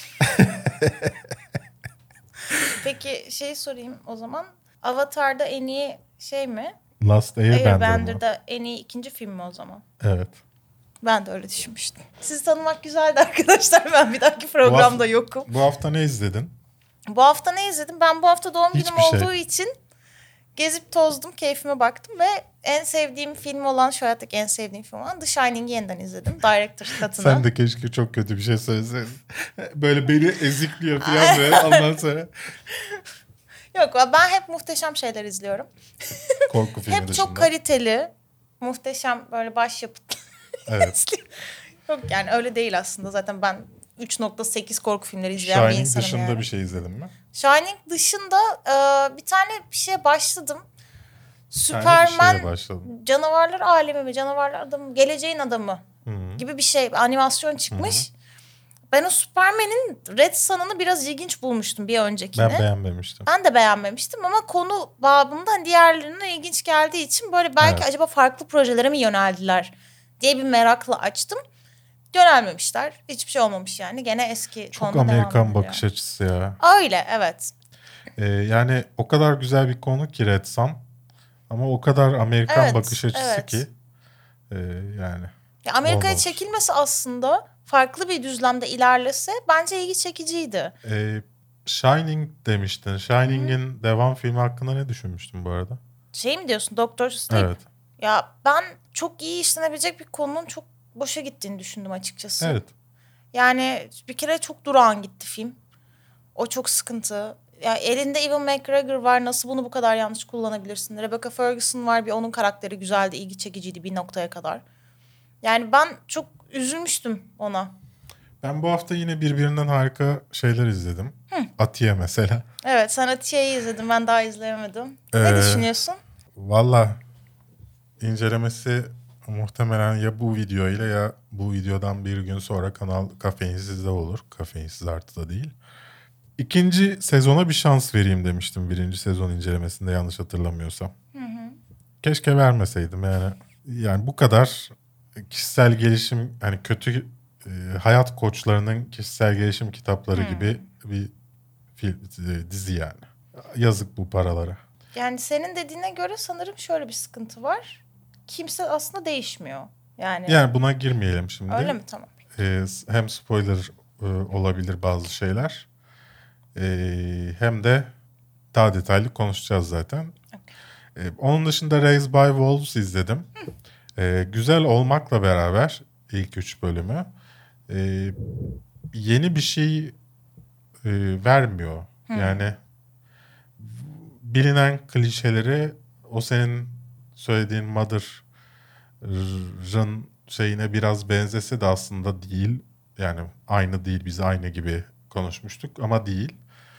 Peki sorayım o zaman. Avatar'da en iyi mi? Last Airbender'da en iyi ikinci film mi o zaman? Evet. Ben de öyle düşünmüştüm. Sizi tanımak güzeldi arkadaşlar. Ben bir dahaki programda yokum. Bu hafta ne izledin? Bu hafta ne izledim? Ben bu hafta doğum günüm olduğu için gezip tozdum, keyfime baktım ve en sevdiğim film olan, şu hayattaki en sevdiğim film olan The Shining'i yeniden izledim. Director's Cut'ına. Sen de keşke çok kötü bir şey söyleseydin. Böyle beni ezikliyor falan böyle ondan sonra. Yok ben hep muhteşem şeyler izliyorum. Korku filmi hep dışında. Çok kaliteli, muhteşem böyle başyapıtlı. Evet. Yok yani öyle değil aslında. Zaten ben 3.8 korku filmleri izleyen bir insanım. Shining dışında yani. Bir şey izledin mi? Shining dışında bir tane bir şeye başladım. Superman canavarlar alemi mi? Canavarlar adamı, geleceğin adamı gibi bir şey. Bir animasyon çıkmış. Ben o Superman'in Red Sun'ını biraz ilginç bulmuştum bir öncekine. Ben beğenmemiştim. Ben de beğenmemiştim ama konu babında diğerlerine ilginç geldiği için böyle belki acaba farklı projelere mi yöneldiler diye bir merakla açtım. yönelmemişler. Hiçbir şey olmamış yani. Gene eski Çok tonda devam Amerikan ediliyor. bakış açısı ya. Öyle, evet. Yani o kadar güzel bir konu ki Red Son. Ama o kadar Amerikan Evet, bakış açısı evet. ki yani Ya Amerika'ya olmamış. çekilmesi aslında farklı bir düzlemde ilerlese bence ilgi çekiciydi. Shining demiştin. Shining'in devam filmi hakkında ne düşünmüştün bu arada? Şey mi diyorsun, Doktor Sleep? Evet. Ya ben çok iyi işlenebilecek bir konunun çok boşa gittiğini düşündüm açıkçası. Evet. Yani bir kere çok durağan gitti film. O çok sıkıntı. Ya elinde Ewan McGregor var. Nasıl bunu bu kadar yanlış kullanabilirsin? Rebecca Ferguson var. Bir onun karakteri güzeldi, ilgi çekiciydi bir noktaya kadar. Yani ben çok üzülmüştüm ona. Ben bu hafta yine birbirinden harika şeyler izledim. Atiye mesela. Evet, sen Atiye'yi izledin. Ben daha izleyemedim. Ee, Ne düşünüyorsun? Valla incelemesi muhtemelen ya bu video ile ya bu videodan bir gün sonra kanal Kafeinsiz'de olur. Kafeinsiz artı da değil. İkinci sezona bir şans vereyim demiştim birinci sezon incelemesinde yanlış hatırlamıyorsam. Keşke vermeseydim yani. Yani bu kadar kişisel gelişim hani kötü hayat koçlarının kişisel gelişim kitapları gibi bir dizi yani. Yazık bu paralara. Yani senin dediğine göre sanırım şöyle bir sıkıntı var. Kimse aslında değişmiyor. Yani buna girmeyelim şimdi. öyle mi? Tamam. Hem spoiler olabilir bazı şeyler. Hem de daha detaylı konuşacağız zaten. Onun dışında Raised by Wolves izledim. Güzel olmakla beraber ilk 3 bölümü yeni bir şey vermiyor. Yani bilinen klişeleri o senin söylediğin Mother'ın şeyine biraz benzese de aslında değil. Yani aynı değil, biz aynı gibi konuşmuştuk ama değil.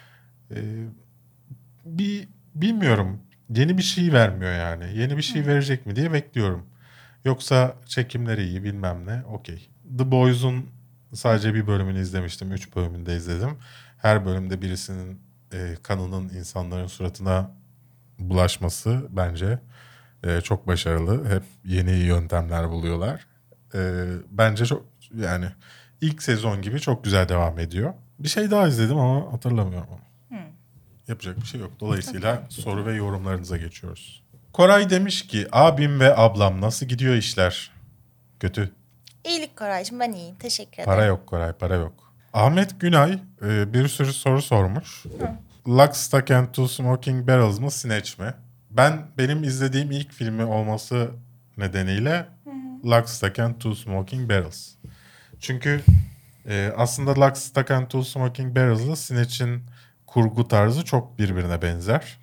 Bilmiyorum. Yeni bir şey vermiyor yani. Yeni bir şey verecek mi diye bekliyorum. Yoksa çekimleri iyi bilmem ne okey. The Boys'un sadece bir bölümünü izlemiştim. 3 bölümünü de izledim. Her bölümde birisinin kanının insanların suratına bulaşması bence çok başarılı. Hep yeni yöntemler buluyorlar. Bence çok yani ilk sezon gibi çok güzel devam ediyor. Bir şey daha izledim ama hatırlamıyorum onu. Yapacak bir şey yok. Dolayısıyla soru ve yorumlarınıza geçiyoruz. Koray demiş ki abim ve ablam nasıl gidiyor işler? Kötü. İyilik Koraycığım, ben iyiyim. Teşekkür ederim. Para yok Koray, para yok. Ahmet Günay bir sürü soru sormuş. Lock, Stock and Two Smoking Barrels mı Snatch mi? Benim izlediğim ilk filmi olması nedeniyle Lock, Stock and Two Smoking Barrels. Çünkü aslında Lock, Stock and Two Smoking Barrels'la Snatch'in kurgu tarzı çok birbirine benzer.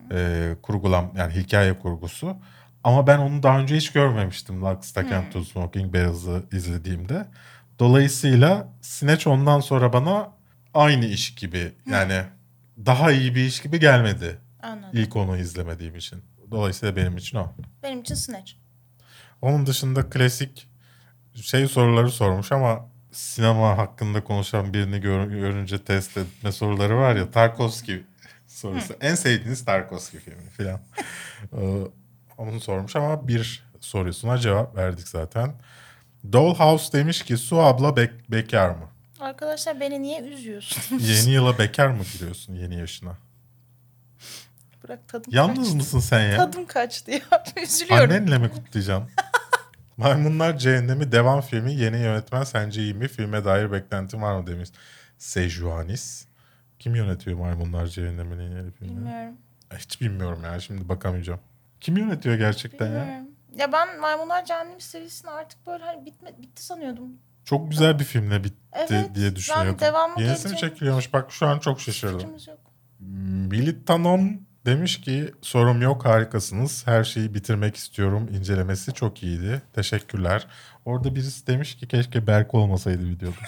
Yani hikaye kurgusu. Ama ben onu daha önce hiç görmemiştim Lock, Stock and Two Smoking Barrels'ı izlediğimde. Dolayısıyla Snatch ondan sonra bana aynı iş gibi yani daha iyi bir iş gibi gelmedi. Anladım. İlk onu izlemediğim için. Dolayısıyla benim için o. Benim için Snatch. Onun dışında klasik soruları sormuş ama sinema hakkında konuşan birini görünce test etme soruları var ya. Tarkovski sorusu. En sevdiğiniz Tarkovski filmi falan. Onu sormuş ama bir sorusuna cevap verdik zaten. Dollhouse demiş ki Su abla bekar mı? Arkadaşlar beni niye üzüyorsunuz? Yeni yıla bekar mı giriyorsun yeni yaşına? Bırak, tadım Yalnız kaçtı. mısın sen ya? Tadım kaçtı ya. Üzülüyorum. Annenle mi kutlayacaksın? Maymunlar Cehennemi devam filmi yeni yönetmen sence iyi mi? Filme dair beklentin var mı demiş. Sejuanis. Kim yönetiyor Maymunlar Cehennemi'nin yeni filmini? Bilmiyorum. Hiç bilmiyorum ya, şimdi bakamayacağım. Kim yönetiyor gerçekten ya? Bilmiyorum. Ya ben Maymunlar Cehennemi serisini artık böyle hani bitti sanıyordum. Çok güzel bir filmle bitti Evet, diye düşünüyordum. ben devamı Yenisini geleceğini- çekiliyormuş. Bak şu an çok şaşırdım. Fikrimiz yok. Militanon demiş ki sorum yok, harikasınız. Her şeyi bitirmek istiyorum. İncelemesi çok iyiydi. Teşekkürler. Orada birisi demiş ki keşke Berk olmasaydı videoda.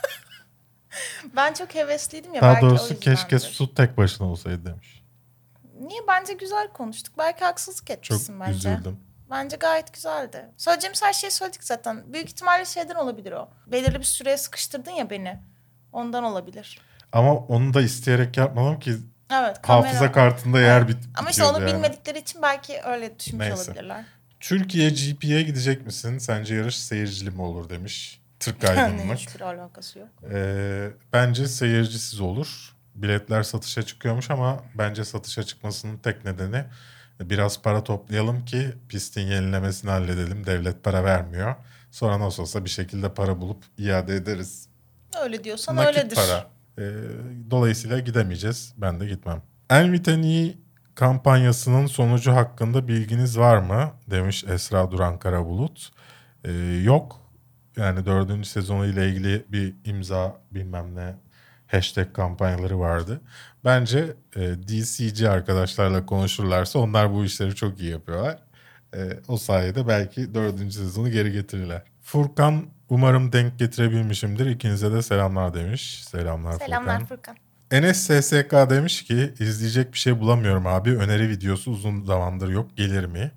Ben çok hevesliydim ya. Daha belki o doğrusu keşke yüzdendir. Su tek başına olsaydı demiş. Niye? Bence güzel konuştuk. Belki haksızlık Çok etmişsin bence. üzüldüm. Bence gayet güzeldi. Söyleyeceğimiz her şeyi söyledik zaten. Büyük ihtimalle şeyden olabilir o. Belirli bir süreye sıkıştırdın ya beni. Ondan olabilir. Ama onu da isteyerek yapmadım ki Evet. Kamera. hafıza kartında yer Ama işte onu bitiyordu yani. bilmedikleri için belki öyle düşünmüş Neyse. olabilirler. Türkiye GP'ye gidecek misin? Sence yarış seyircili mi olur demiş. Türk Yani aydınlık. hiçbir alakası yok. Bence seyircisiz olur. Biletler satışa çıkıyormuş ama bence satışa çıkmasının tek nedeni biraz para toplayalım ki pistin yenilemesini halledelim. Devlet para vermiyor. Sonra nasıl olsa bir şekilde para bulup iade ederiz. Öyle diyorsan Nakit öyledir. para. Dolayısıyla gidemeyeceğiz. Ben de gitmem. En Vitani kampanyasının sonucu hakkında bilginiz var mı? Demiş Esra Duran Karabulut. Yok. Yani 4. sezonu ile ilgili bir imza bilmem ne hashtag kampanyaları vardı. Bence DC'ci arkadaşlarla konuşurlarsa onlar bu işleri çok iyi yapıyorlar. O sayede belki 4. sezonu geri getirirler. Furkan umarım denk getirebilmişimdir. İkinize de selamlar demiş. Selamlar Selamlar Furkan. Furkan. Enes SSK demiş ki izleyecek bir şey bulamıyorum abi. Öneri videosu uzun zamandır yok. Gelir mi?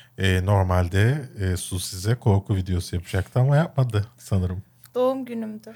Normalde Su size korku videosu yapacaktı ama yapmadı sanırım. Doğum günümdü.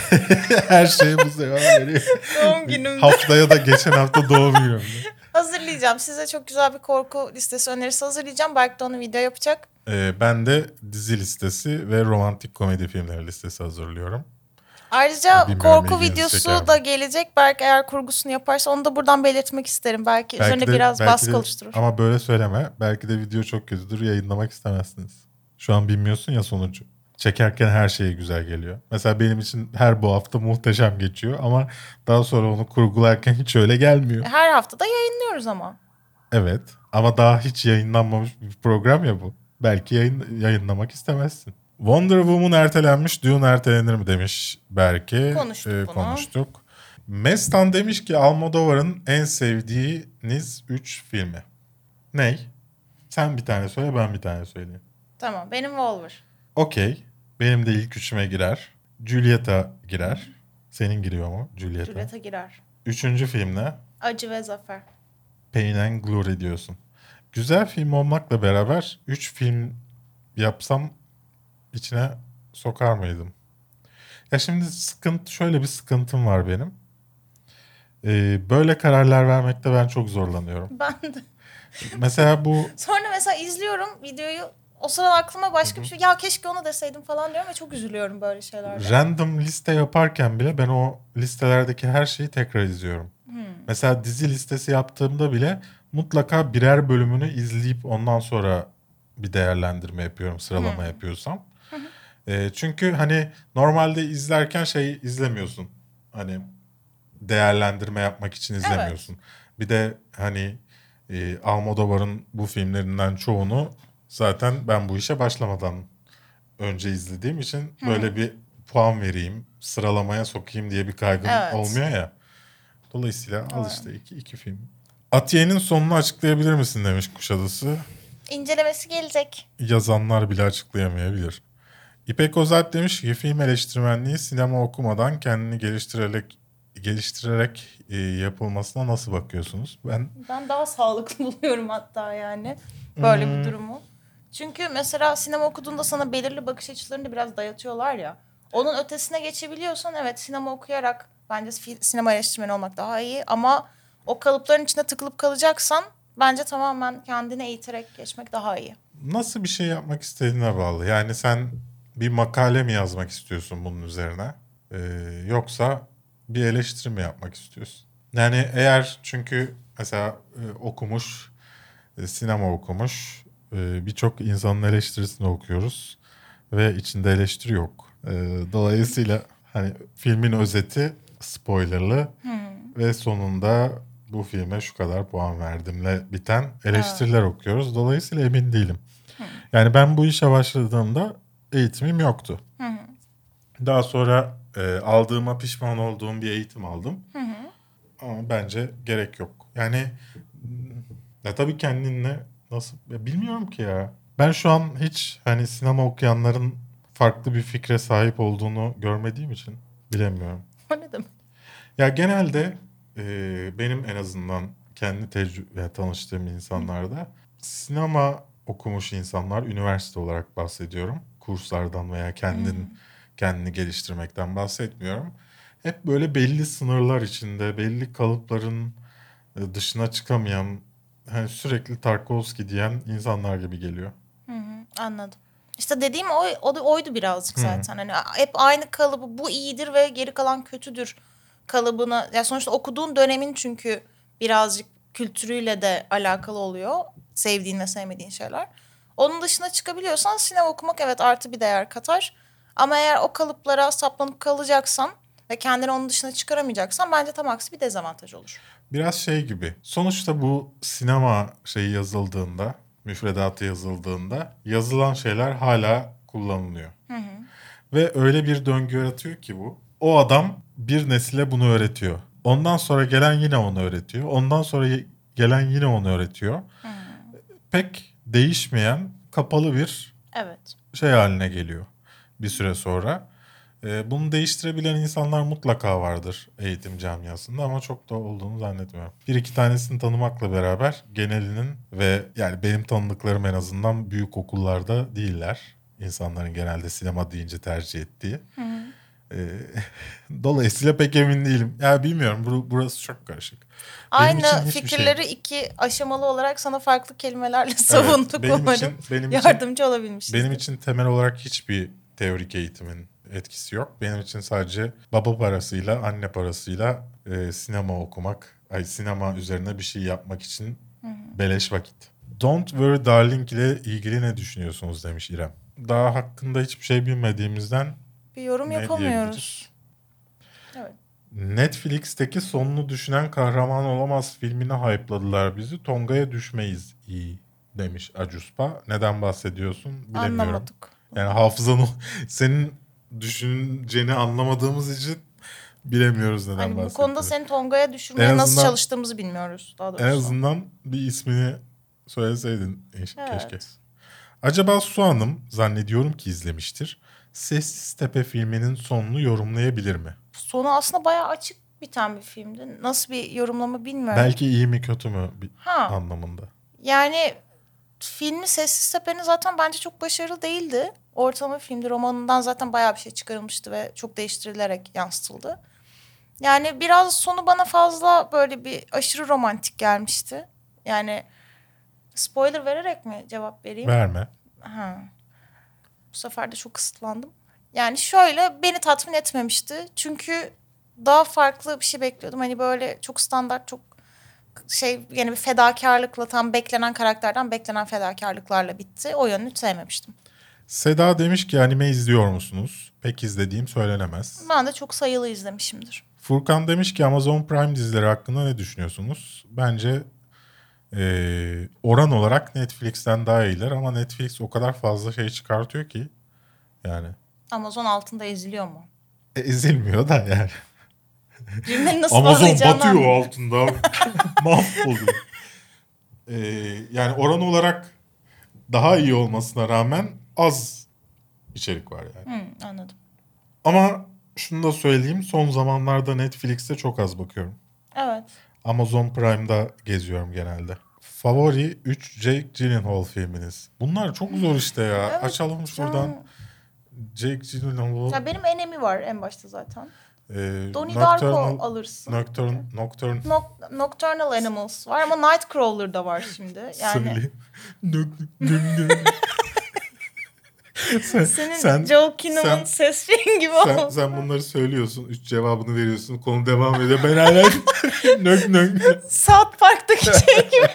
Her şeye bu sefer veriyor. Doğum günümdü. Haftaya da geçen hafta doğum günümdü. Hazırlayacağım. Size çok güzel bir korku listesi önerisi hazırlayacağım. Belki de onu video yapacak. Ben de dizi listesi ve romantik komedi filmleri listesi hazırlıyorum. Ayrıca Bilmiyorum, korku ilginizi çeker videosu mi? da gelecek. Belki eğer kurgusunu yaparsa onu da buradan belirtmek isterim. Belki üzerine biraz baskı oluşturur. Ama böyle söyleme. Belki de video çok kötüdür. Yayınlamak istemezsiniz. Şu an bilmiyorsun ya sonucu. Çekerken her şey güzel geliyor. Mesela benim için her bu hafta muhteşem geçiyor. Ama daha sonra onu kurgularken hiç öyle gelmiyor. Her hafta da yayınlıyoruz ama. Evet. Ama daha hiç yayınlanmamış bir program ya bu. Belki yayınlamak istemezsin. Wonder Woman ertelenmiş, Dune ertelenir mi demiş Berke. Konuştuk bunu. Konuştuk. Mestan demiş ki Almodovar'ın en sevdiğiniz 3 filmi. Ney? Sen bir tane söyle, ben bir tane söyleyeyim. Tamam, benim Wolver. Okey. Benim de ilk üçüme girer. Julieta girer. Senin giriyor mu Julieta? Julieta girer. 3. film ne? Acı ve Zafer. Pain and Glory diyorsun. Güzel film olmakla beraber 3 film yapsam içine sokar mıydım? Ya şimdi şöyle bir sıkıntım var benim. Böyle kararlar vermekte ben çok zorlanıyorum. Ben de. Mesela bu Sonra mesela izliyorum videoyu. O sırada aklıma başka bir şey. Ya keşke onu deseydim falan diyorum ve çok üzülüyorum böyle şeylerde. random liste yaparken bile ben o listelerdeki her şeyi tekrar izliyorum. Mesela dizi listesi yaptığımda bile mutlaka birer bölümünü izleyip ondan sonra bir değerlendirme yapıyorum, sıralama yapıyorsam. Çünkü hani normalde izlerken şey izlemiyorsun. Hani değerlendirme yapmak için izlemiyorsun. Bir de hani Almodovar'ın bu filmlerinden çoğunu zaten ben bu işe başlamadan önce izlediğim için böyle bir puan vereyim, sıralamaya sokayım diye bir kaygım olmuyor ya. Dolayısıyla al işte iki film. Atiye'nin sonunu açıklayabilir misin demiş Kuşadası. İncelemesi gelecek. Yazanlar bile açıklayamayabilir. İpek Ozalp demiş ki film eleştirmenliği sinema okumadan kendini geliştirerek yapılmasına nasıl bakıyorsunuz? Ben daha sağlıklı buluyorum hatta yani böyle bir durumu. Çünkü mesela sinema okuduğunda sana belirli bakış açılarını da biraz dayatıyorlar ya. Onun ötesine geçebiliyorsan evet sinema okuyarak bence sinema eleştirmeni olmak daha iyi. Ama o kalıpların içinde tıkılıp kalacaksan bence tamamen kendini eğiterek geçmek daha iyi. Nasıl bir şey yapmak istediğine bağlı. Yani sen bir makale mi yazmak istiyorsun bunun üzerine? Yoksa bir eleştiri mi yapmak istiyorsun? Yani eğer çünkü mesela okumuş, sinema okumuş birçok insanın eleştirisini okuyoruz ve içinde eleştiri yok. Dolayısıyla hani filmin özeti spoilerlı ve sonunda bu filme şu kadar puan verdimle biten eleştiriler okuyoruz. Dolayısıyla emin değilim. Yani ben bu işe başladığımda eğitimim yoktu. Daha sonra aldığıma pişman olduğum bir eğitim aldım. Ama bence gerek yok. Yani ya tabii kendinle nasıl bilmiyorum ki ya. Ben şu an hiç hani sinema okuyanların farklı bir fikre sahip olduğunu görmediğim için bilemiyorum. O ne demek? Ya genelde benim en azından kendi tecrübe tanıştığım insanlarda sinema okumuş insanlar, üniversite olarak bahsediyorum. Kurslardan veya kendini geliştirmekten bahsetmiyorum. Hep böyle belli sınırlar içinde, belli kalıpların dışına çıkamayan, hani sürekli Tarkovski diyen insanlar gibi geliyor. Anladım. İşte dediğim oydu birazcık zaten. Hani hep aynı kalıbı, bu iyidir ve geri kalan kötüdür kalıbını. Ya sonuçta okuduğun dönemin çünkü birazcık kültürüyle de alakalı oluyor. Sevdiğin ve sevmediğin şeyler. Onun dışına çıkabiliyorsan sinema okumak evet artı bir değer katar. Ama eğer o kalıplara saplanıp kalacaksan ve kendini onun dışına çıkaramayacaksan bence tam aksi bir dezavantaj olur. Biraz şey gibi. Sonuçta bu sinema şeyi yazıldığında, müfredatı yazıldığında yazılan şeyler hala kullanılıyor. Ve öyle bir döngü yaratıyor ki bu. O adam bir nesile bunu öğretiyor. Ondan sonra gelen yine onu öğretiyor. Ondan sonra gelen yine onu öğretiyor. Pek değişmeyen kapalı bir Evet. şey haline geliyor bir süre sonra. Bunu değiştirebilen insanlar mutlaka vardır eğitim camiasında ama çok da olduğunu zannetmiyorum. Bir iki tanesini tanımakla beraber genelinin ve yani benim tanıdıklarım en azından büyük okullarda değiller. İnsanların genelde sinema deyince tercih ettiği. Dolayısıyla pek emin değilim. Ya bilmiyorum, burası çok karışık. Aynı fikirleri iki aşamalı olarak sana farklı kelimelerle savunduk umarım. Yardımcı olabilmişiz. Benim için temel olarak hiçbir teorik eğitimin etkisi yok. Benim için sadece baba parasıyla, anne parasıyla sinema okumak, sinema üzerine bir şey yapmak için beleş vakit. Don't Worry Darling ile ilgili ne düşünüyorsunuz demiş İrem. Daha hakkında hiçbir şey bilmediğimizden bir yorum yapamıyoruz. Evet. Netflix'teki sonunu düşünen kahraman olamaz filmine hype'ladılar bizi. Tonga'ya düşmeyiz iyi demiş Acuspa. Neden bahsediyorsun bilemiyorum. Anlamadık. Yani hafızanı senin düşünceni anlamadığımız için bilemiyoruz neden bahsettiğini. Bu konuda senin Tonga'ya düşürmeye nasıl çalıştığımızı bilmiyoruz. Daha doğrusu. En azından bir ismini söyleseydin keşke. Acaba Su Hanım zannediyorum ki izlemiştir. Sessiz Tepe filminin sonunu yorumlayabilir mi? Sonu aslında bayağı açık biten bir filmdi. Nasıl bir yorumlama bilmiyorum. Belki iyi mi kötü mü anlamında. Yani filmi Sessiz Tepe'nin zaten bence çok başarılı değildi. Ortalama bir filmdi. Romanından zaten bayağı bir şey çıkarılmıştı ve çok değiştirilerek yansıtıldı. Yani biraz sonu bana fazla böyle bir aşırı romantik gelmişti. Yani spoiler vererek mi cevap vereyim? Verme. Bu sefer de çok kısıtlandım. Yani şöyle beni tatmin etmemişti. Çünkü daha farklı bir şey bekliyordum. Hani böyle çok standart, çok yani bir fedakarlıkla, tam beklenen karakterden beklenen fedakarlıklarla bitti. O yönünü sevmemiştim. Seda demiş ki anime izliyor musunuz? Pek izlediğim söylenemez. Ben de çok sayılı izlemişimdir. Furkan demiş ki Amazon Prime dizileri hakkında ne düşünüyorsunuz? Bence oran olarak Netflix'ten daha iyiler ama Netflix o kadar fazla şey çıkartıyor ki yani. Amazon altında eziliyor mu? Ezilmiyor da yani. Cümleyi nasıl Amazon batıyor altında. Mahvoluyor. Yani oran olarak daha iyi olmasına rağmen az içerik var yani. Anladım. Ama şunu da söyleyeyim, son zamanlarda Netflix'te çok az bakıyorum. Evet. Amazon Prime'da geziyorum genelde. Favori 3 Jake Gyllenhaal filminiz. Bunlar çok zor işte ya. Evet, açalım şuradan. Jake Gyllenhaal. Ya benim Enemy var en başta zaten. Donnie Nocturnal, Darko alırsın. Nocturnal Animals var ama Nightcrawler da var şimdi. Yani senin Joel Kinnaman ses şeyin gibi oldu. Sen bunları söylüyorsun. 3 cevabını veriyorsun. Konu devam ediyor. Ben hala nök. South Park'taki şey gibi.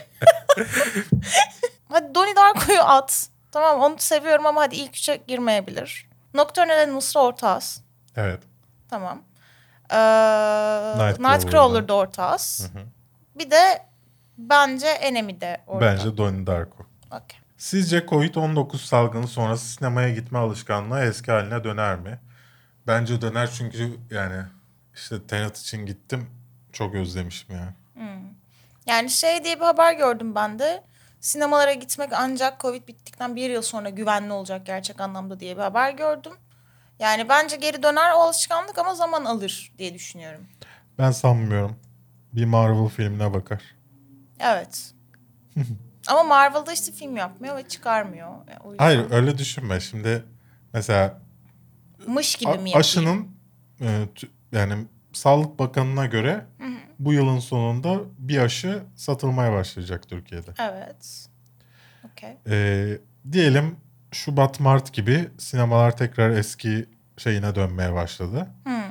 Hadi Donnie Darko'yu at. Tamam, onu seviyorum ama hadi ilk 3'e girmeyebilir. Nocturnal Animals'la orta az. Evet. Tamam. Nightcrawler'da orta az. Bir de bence Enemy'de orta. Bence Donnie Darko. Okay. Sizce Covid-19 salgını sonrası sinemaya gitme alışkanlığı eski haline döner mi? Bence döner çünkü yani işte Tenet için gittim. Çok özlemişim yani. Yani diye bir haber gördüm ben de. Sinemalara gitmek ancak Covid bittikten 1 yıl sonra güvenli olacak gerçek anlamda diye bir haber gördüm. Yani bence geri döner o alışkanlık ama zaman alır diye düşünüyorum. Ben sanmıyorum. Bir Marvel filmine bakar. Evet. Ama Marvel'da işte film yapmıyor ve çıkarmıyor. Yani hayır öyle düşünme. Şimdi mesela mış gibi mi yapayım? Aşının yani Sağlık Bakanı'na göre bu yılın sonunda bir aşı satılmaya başlayacak Türkiye'de. Evet. Okay. Diyelim Şubat, Mart gibi sinemalar tekrar eski şeyine dönmeye başladı.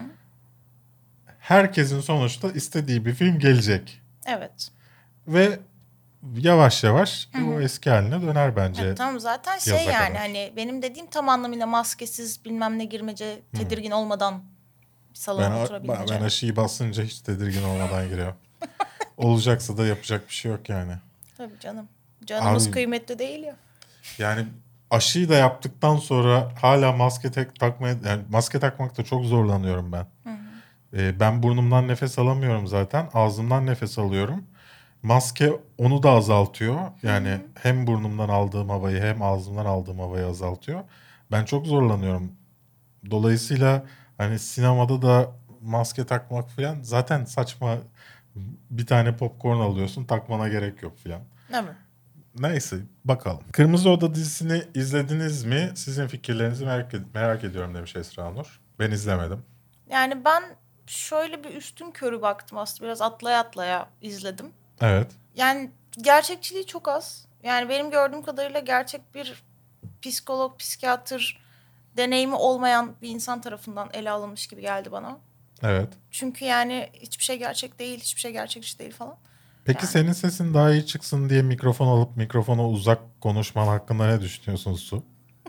Herkesin sonuçta istediği bir film gelecek. Evet. Ve yavaş yavaş o eski haline döner bence. Tamam zaten yaza yani kadar. hani benim dediğim tam anlamıyla maskesiz bilmem ne girmece tedirgin olmadan bir salona oturabilmece. Ben aşıyı basınca hiç tedirgin olmadan giriyorum. Olacaksa da yapacak bir şey yok yani. Tabii canım. Canımız Abi- kıymetli değil ya. Yani aşıyı da yaptıktan sonra hala maske takmakta çok zorlanıyorum ben. Ben burnumdan nefes alamıyorum zaten. Ağzımdan nefes alıyorum. Maske onu da azaltıyor. Yani hem burnumdan aldığım havayı hem ağzımdan aldığım havayı azaltıyor. Ben çok zorlanıyorum. Dolayısıyla hani sinemada da maske takmak falan zaten saçma. Bir tane popcorn alıyorsun, takmana gerek yok falan. Değil mi? Neyse bakalım. Kırmızı Oda dizisini izlediniz mi? Sizin fikirlerinizi merak ediyorum demiş Esra Nur. Ben izlemedim. Yani ben şöyle bir üstün körü baktım aslında. Biraz atlaya atlaya izledim. Evet. Yani gerçekçiliği çok az. Yani benim gördüğüm kadarıyla gerçek bir psikolog, psikiyatr deneyimi olmayan bir insan tarafından ele alınmış gibi geldi bana. Evet. Çünkü yani hiçbir şey gerçek değil, hiçbir şey gerçekçi değil falan. Peki Yani. senin sesin daha iyi çıksın diye mikrofon alıp mikrofona uzak konuşman hakkında ne düşünüyorsun Su?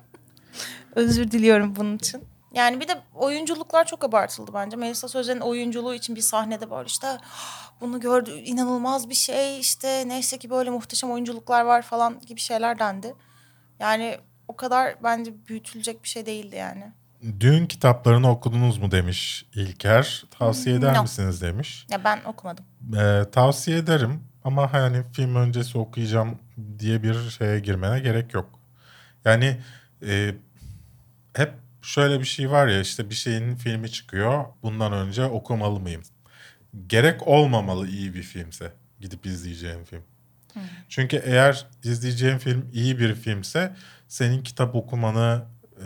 Özür diliyorum bunun için. Yani bir de oyunculuklar çok abartıldı bence. Melisa Sözler'in oyunculuğu için bir sahnede böyle işte bunu gördü, inanılmaz bir şey işte neyse ki böyle muhteşem oyunculuklar var falan gibi şeyler dendi. Yani o kadar bence büyütülecek bir şey değildi yani. Dün kitaplarını okudunuz mu demiş İlker. Tavsiye eder No. misiniz demiş. Ya ben okumadım. Tavsiye ederim ama hani film öncesi okuyacağım diye bir şeye girmene gerek yok. Yani hep şöyle bir şey var ya işte bir şeyin filmi çıkıyor. Bundan önce okumalı mıyım? Gerek olmamalı iyi bir filmse gidip izleyeceğim film. Çünkü eğer izleyeceğin film iyi bir filmse senin kitap okumanı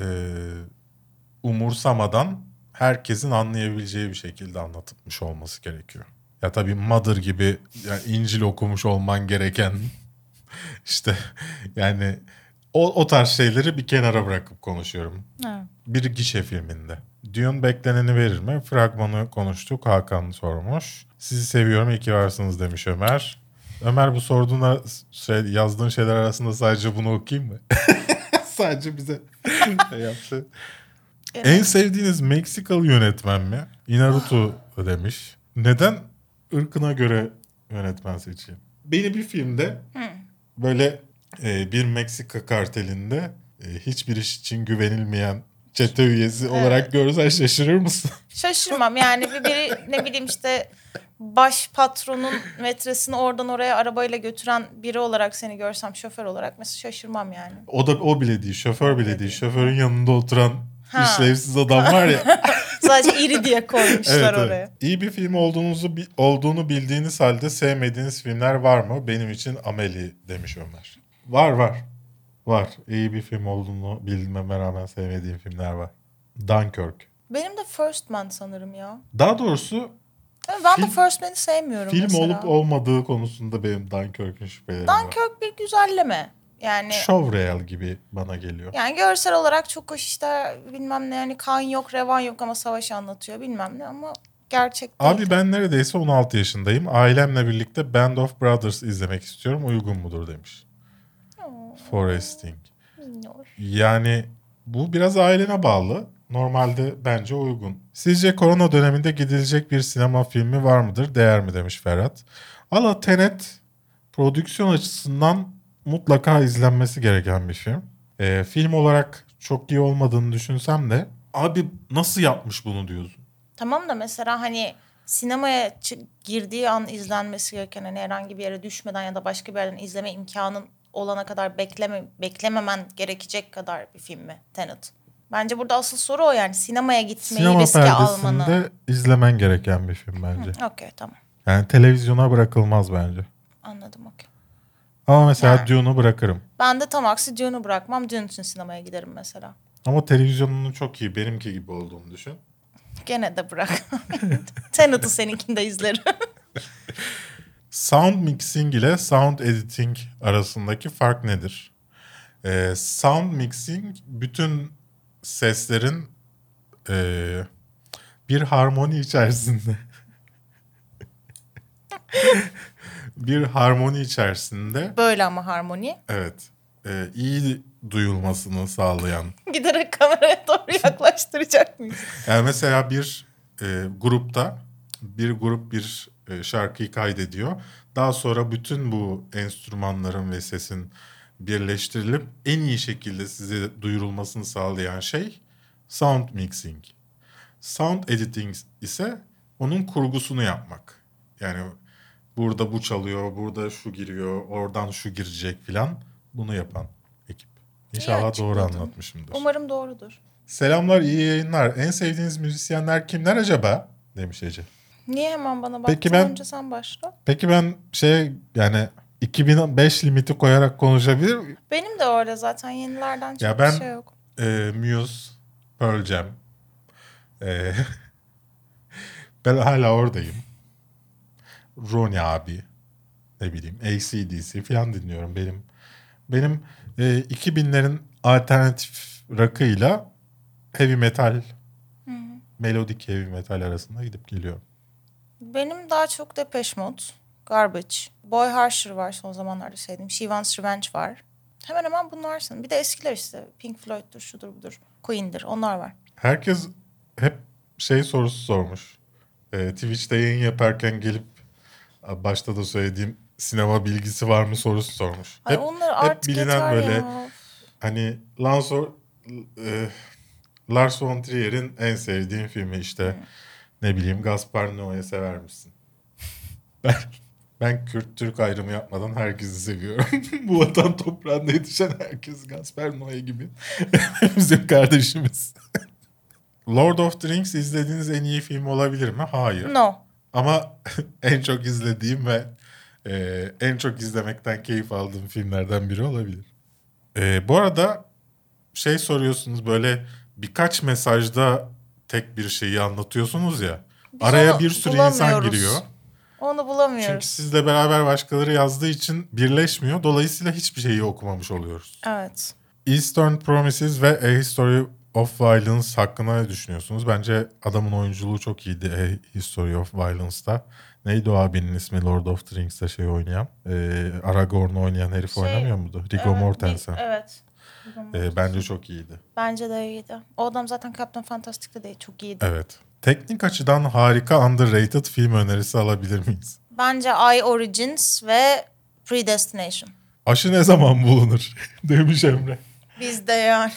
umursamadan herkesin anlayabileceği bir şekilde anlatılmış olması gerekiyor. Ya tabii Mother gibi yani İncil okumuş olman gereken işte yani o tarz şeyleri bir kenara bırakıp konuşuyorum. Ha. Bir gişe filminde. Dune bekleneni verir mi? Fragmanı konuştuk. Hakan sormuş. Sizi seviyorum, iyi ki varsınız demiş Ömer. Ömer bu sorduğuna yazdığın şeyler arasında sadece bunu okuyayım mı? Sadece bize yaptı. Evet. En sevdiğiniz Meksikalı yönetmen mi? Inarritu demiş. Neden ırkına göre yönetmen seçeyim? Beni bir filmde böyle bir Meksika kartelinde hiçbir iş için güvenilmeyen çete üyesi olarak görürsen şaşırır mısın? Şaşırmam yani biri ne bileyim işte baş patronun metresini oradan oraya arabayla götüren biri olarak seni görsem şoför olarak mesela şaşırmam yani. O bile değil, şoför bile değil. Şoförün yanında oturan Ha. işlevsiz adam var ya. Sadece iri diye koymuşlar Evet. oraya. İyi bir film olduğunu bildiğiniz halde sevmediğiniz filmler var mı? Benim için Amelie demiş Ömer. Var. İyi bir film olduğunu bilmeme rağmen sevmediğim filmler var. Dunkirk. Benim de First Man sanırım ya. Daha doğrusu Ben de First Man'i sevmiyorum film mesela. olup olmadığı konusunda benim Dunkirk'ün şüphelerim var. Dunkirk bir güzelleme. Yani Showreel gibi bana geliyor. yani görsel olarak çok hoş işte bilmem ne yani kan yok revan yok ama savaşı anlatıyor bilmem ne ama gerçek değil. Abi ben neredeyse 16 yaşındayım. Ailemle birlikte Band of Brothers izlemek istiyorum. Uygun mudur demiş. Foresting. Minnoş. Yani bu biraz ailene bağlı. Normalde bence uygun. Sizce korona döneminde gidilecek bir sinema filmi var mıdır? Değer mi demiş Ferhat. Valla Tenet prodüksiyon açısından mutlaka izlenmesi gereken bir film. Film olarak çok iyi olmadığını düşünsem de abi nasıl yapmış bunu diyorsun. Tamam da mesela hani sinemaya girdiği an izlenmesi gereken hani herhangi bir yere düşmeden ya da başka bir yerden izleme imkanın olana kadar beklememen gerekecek kadar bir film mi Tenet? Bence burada asıl soru o yani sinemaya gitmeyi Sinema riske almanı. perdesinde izlemen gereken bir film bence. Okey tamam Yani televizyona bırakılmaz bence. anladım okey. Ama mesela Yani. Dune'u bırakırım. Ben de tam aksi Dune'u bırakmam. Dune için sinemaya giderim mesela. Ama televizyonunun çok iyi. Benimki gibi olduğunu düşün. Gene de bırak. Tenet'ı seninkinde izlerim. Sound mixing ile sound editing arasındaki fark nedir? Sound mixing bütün seslerin bir harmoni içerisinde bir harmoni içerisinde Böyle ama harmoni. evet iyi duyulmasını sağlayan. Giderek kameraya doğru yaklaştıracak mıyız? Yani mesela bir grupta bir grup bir şarkıyı kaydediyor. Daha sonra bütün bu enstrümanların ve sesin birleştirilip en iyi şekilde size duyurulmasını sağlayan şey sound mixing. Sound editing ise onun kurgusunu yapmak. Yani burada bu çalıyor, burada şu giriyor, oradan şu girecek filan. Bunu yapan ekip. İnşallah doğru açıkladın. anlatmışımdır. Umarım doğrudur. Selamlar, iyi yayınlar. En sevdiğiniz müzisyenler kimler acaba? Demiş Ece. Niye hemen bana baktın? Peki ben- Önce sen başla. Peki ben yani 2005 limiti koyarak konuşabilir miyim? Benim de öyle zaten. Yenilerden çok Ya ben- bir şey yok. Muse, Pearl Jam. E, ben hala oradayım. Ronnie abi. Ne bileyim AC/DC falan dinliyorum. Benim 2000'lerin alternatif rock'ıyla heavy metal, melodik heavy metal arasında gidip geliyorum. Benim daha çok Depeche Mode, Garbage, Boy Harsher var son zamanlarda sevdiğim. She Wants Revenge var. Hemen hemen bunlarsın. Bir de eskiler işte. Pink Floyd'dur, şudur budur. Queen'dir. Onlar var. Herkes hep sorusu sormuş. Twitch'te yayın yaparken gelip başta da söylediğim sinema bilgisi var mı sorusu sormuş. Ay onları artık bilinen yeter böyle ya. hani Lars von Trier'in en sevdiğim filmi işte ne bileyim Gaspar Noé'yi sever misin? Ben Kürt-Türk ayrımı yapmadan herkesi seviyorum. Bu vatan toprağında yetişen herkes Gaspar Noé gibi. Bizim kardeşimiz. Lord of the Rings izlediğiniz en iyi film olabilir mi? Hayır. No. Ama en çok izlediğim ve en çok izlemekten keyif aldığım filmlerden biri olabilir. Bu arada soruyorsunuz böyle birkaç mesajda tek bir şeyi anlatıyorsunuz ya. Biz Araya onu bir sürü insan bulamıyoruz. giriyor. Onu bulamıyoruz. Çünkü sizle beraber başkaları yazdığı için birleşmiyor. Dolayısıyla hiçbir şeyi okumamış oluyoruz. Evet. Eastern Promises ve A History of Violence hakkında ne düşünüyorsunuz? Bence adamın oyunculuğu çok iyiydi A History of Violence'da. Neydi o abinin ismi Lord of the Rings'te oynayan? Aragorn'u oynayan herif oynamıyor muydu? Riggo Mortensen. Evet. Bence çok iyiydi. Bence de iyiydi. O adam zaten Captain Fantastic'te de çok iyiydi. Evet. Teknik açıdan harika underrated film önerisi alabilir miyiz? Bence I Origins ve Predestination. Aşı ne zaman bulunur? Demiş Emre. Bizde yani.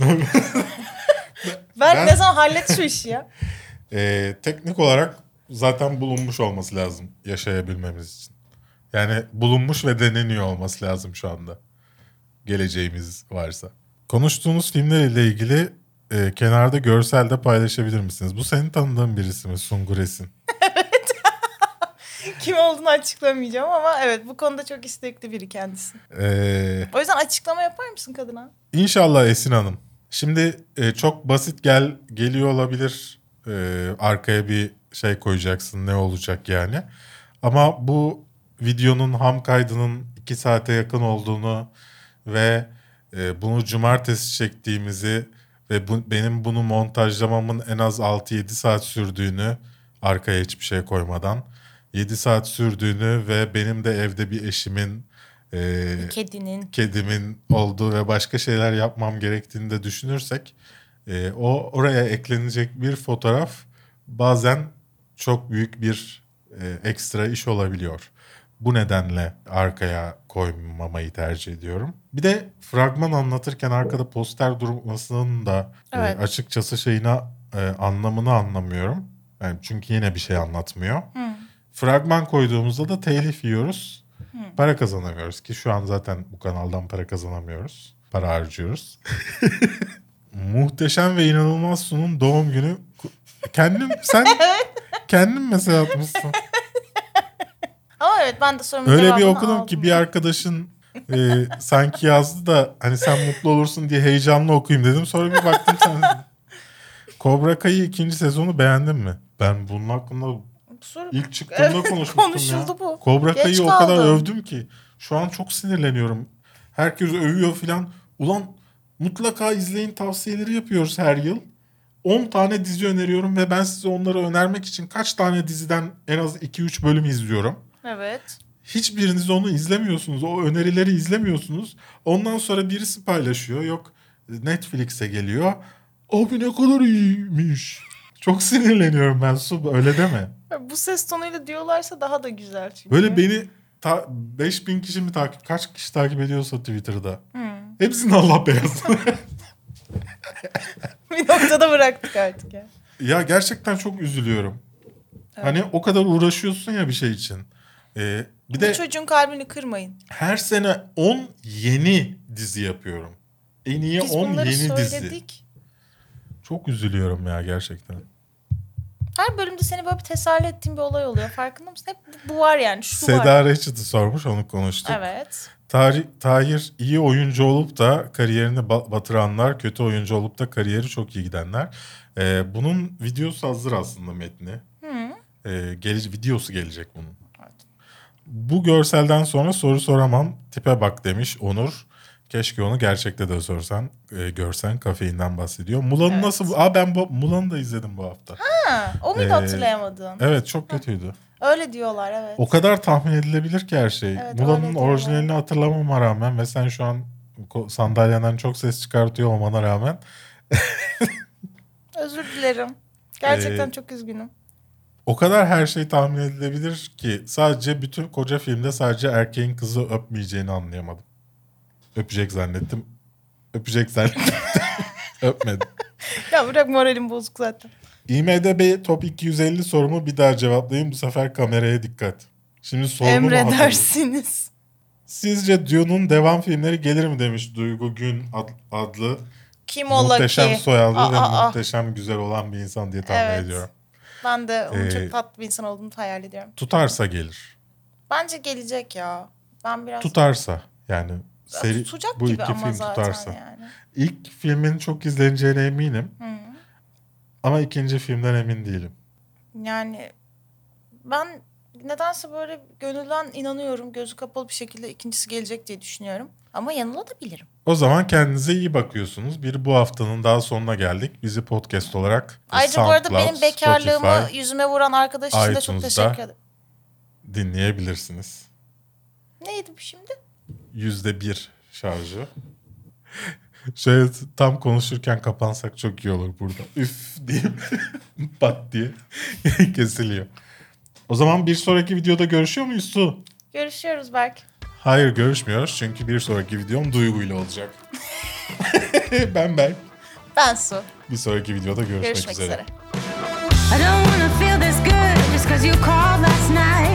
ben ne zaman hallet şu işi ya? Teknik olarak zaten bulunmuş olması lazım yaşayabilmemiz için. Yani bulunmuş ve deneniyor olması lazım şu anda. Geleceğimiz varsa. Konuştuğunuz filmlerle ilgili kenarda görselde paylaşabilir misiniz? Bu senin tanıdığın birisi mi? Sungur Esin. Kim olduğunu açıklamayacağım ama evet bu konuda çok istekli biri kendisi. O yüzden açıklama yapar mısın kadına? İnşallah Esin Hanım. Şimdi çok basit geliyor olabilir. Arkaya bir koyacaksın ne olacak yani. Ama bu videonun ham kaydının 2 saate yakın olduğunu ve bunu cumartesi çektiğimizi ve benim bunu montajlamamın en az 6-7 saat sürdüğünü arkaya hiçbir şey koymadan 7 saat sürdüğünü ve benim de evde bir eşimin kedimin olduğu ve başka şeyler yapmam gerektiğini de düşünürsek oraya eklenecek bir fotoğraf bazen çok büyük bir ekstra iş olabiliyor. Bu nedenle arkaya koymamayı tercih ediyorum. Bir de fragman anlatırken arkada poster durmasının da Evet. açıkçası anlamını anlamıyorum. Yani çünkü yine bir şey anlatmıyor. Hı. Fragman koyduğumuzda da telif yiyoruz. Para kazanamıyoruz ki şu an zaten bu kanaldan para kazanamıyoruz. Para harcıyoruz. Muhteşem ve inanılmaz Su'nun doğum günü. Kendin mesela atmışsın. Ama evet ben de sorumun Öyle bir cevabını okudum aldım. ki bir arkadaşın sanki yazdı da hani sen mutlu olursun diye heyecanlı okuyayım dedim. Sonra bir baktım sen. Cobra Kai 2. sezonu beğendin mi? Ben bunun hakkında ilk çıktığımda konuşmuştum konuşuldu ya. bu. Cobra Geç Kai'yi o kadar kaldım. övdüm ki. Şu an çok sinirleniyorum. Herkes övüyor filan. Ulan mutlaka izleyin tavsiyeleri yapıyoruz her yıl. 10 tane dizi öneriyorum ve ben size onları önermek için kaç tane diziden en az 2-3 bölüm izliyorum. Evet. Hiçbiriniz onu izlemiyorsunuz. O önerileri izlemiyorsunuz. Ondan sonra birisi paylaşıyor. Yok Netflix'e geliyor. Abi ne kadar iyiymiş. Çok sinirleniyorum ben Su. Öyle deme. Bu ses tonuyla diyorlarsa daha da güzel çünkü. Böyle beni 5000 kişi mi kaç kişi takip ediyorsa Twitter'da. Hepsinin Allah belasını. Bir noktada bıraktık artık ya. Ya gerçekten çok üzülüyorum. Evet. Hani o kadar uğraşıyorsun ya bir şey için. Bir de çocuğun kalbini kırmayın. her sene 10 yeni dizi yapıyorum. En iyi Biz 10 bunları yeni söyledik. dizi. Çok üzülüyorum ya gerçekten. Her bölümde seni böyle bir teselli ettiğin bir olay oluyor. Farkında mısın? Hep bu var yani. Şu Seda var. Reçit'i sormuş, onu konuştuk. Evet. Tahir iyi oyuncu olup da kariyerini batıranlar, kötü oyuncu olup da kariyeri çok iyi gidenler. Bunun videosu hazır aslında metni. Videosu gelecek bunun. Evet. Bu görselden sonra soru soramam. Tipe bak demiş Onur. Keşke onu gerçekte de sorsan, görsen. Kafeinden bahsediyor. Mulan'ı Evet. nasıl... ben Mulan'ı da izledim bu hafta. Ha, o muydu hatırlayamadığın? Evet, çok kötüydü. Öyle diyorlar, evet. O kadar tahmin edilebilir ki her şey. Evet, Mulan'ın öyle diyorlar. orijinalini hatırlamama rağmen ve sen şu an sandalyenden çok ses çıkartıyor olmana rağmen... Özür dilerim. Gerçekten çok üzgünüm. O kadar her şey tahmin edilebilir ki sadece bütün koca filmde sadece erkeğin kızı öpmeyeceğini anlayamadım. Öpecek zannettim. Öpmedim. Ya bırak, moralim bozuk zaten. IMDb Top 250 sorumu bir daha cevaplayayım. Bu sefer kameraya dikkat. Şimdi sorumu mu hatırladın? Emredersiniz. Sizce Dune'un devam filmleri gelir mi demiş Duygu Gün adlı Kim ola muhteşem ki? soyadlı ve muhteşem güzel olan bir insan diye tahmin Evet. ediyorum. Ben de onun çok tatlı bir insan olduğunu hayal ediyorum. Tutarsa gelir. Bence gelecek ya. Ben biraz... Tutarsa yani seri, tutacak bu gibi iki ama film zaten tutarsa. yani. İlk filmin çok izleneceğine eminim. Ama ikinci filmden emin değilim. Yani ben nedense böyle gönülden inanıyorum. Gözü kapalı bir şekilde ikincisi gelecek diye düşünüyorum. Ama yanılabilirim. O zaman kendinize iyi bakıyorsunuz. Bir bu haftanın daha sonuna geldik. Bizi podcast olarak Ayrıca bu arada benim bekarlığımı Spotify, yüzüme vuran arkadaş için de çok iTunes'da teşekkür ederim. dinleyebilirsiniz. Neydi bu şimdi? %1 şarjı. Şöyle tam konuşurken kapansak çok iyi olur burada. Üf diyeyim pat diye kesiliyor. O zaman bir sonraki videoda görüşüyor muyuz Su? Görüşüyoruz Berk. Hayır, görüşmüyoruz çünkü bir sonraki videom Duygu'yla olacak. Ben Berk. Ben Su. Bir sonraki videoda görüşmek Görüşmek üzere. I don't wanna feel this good just 'cause you called last night.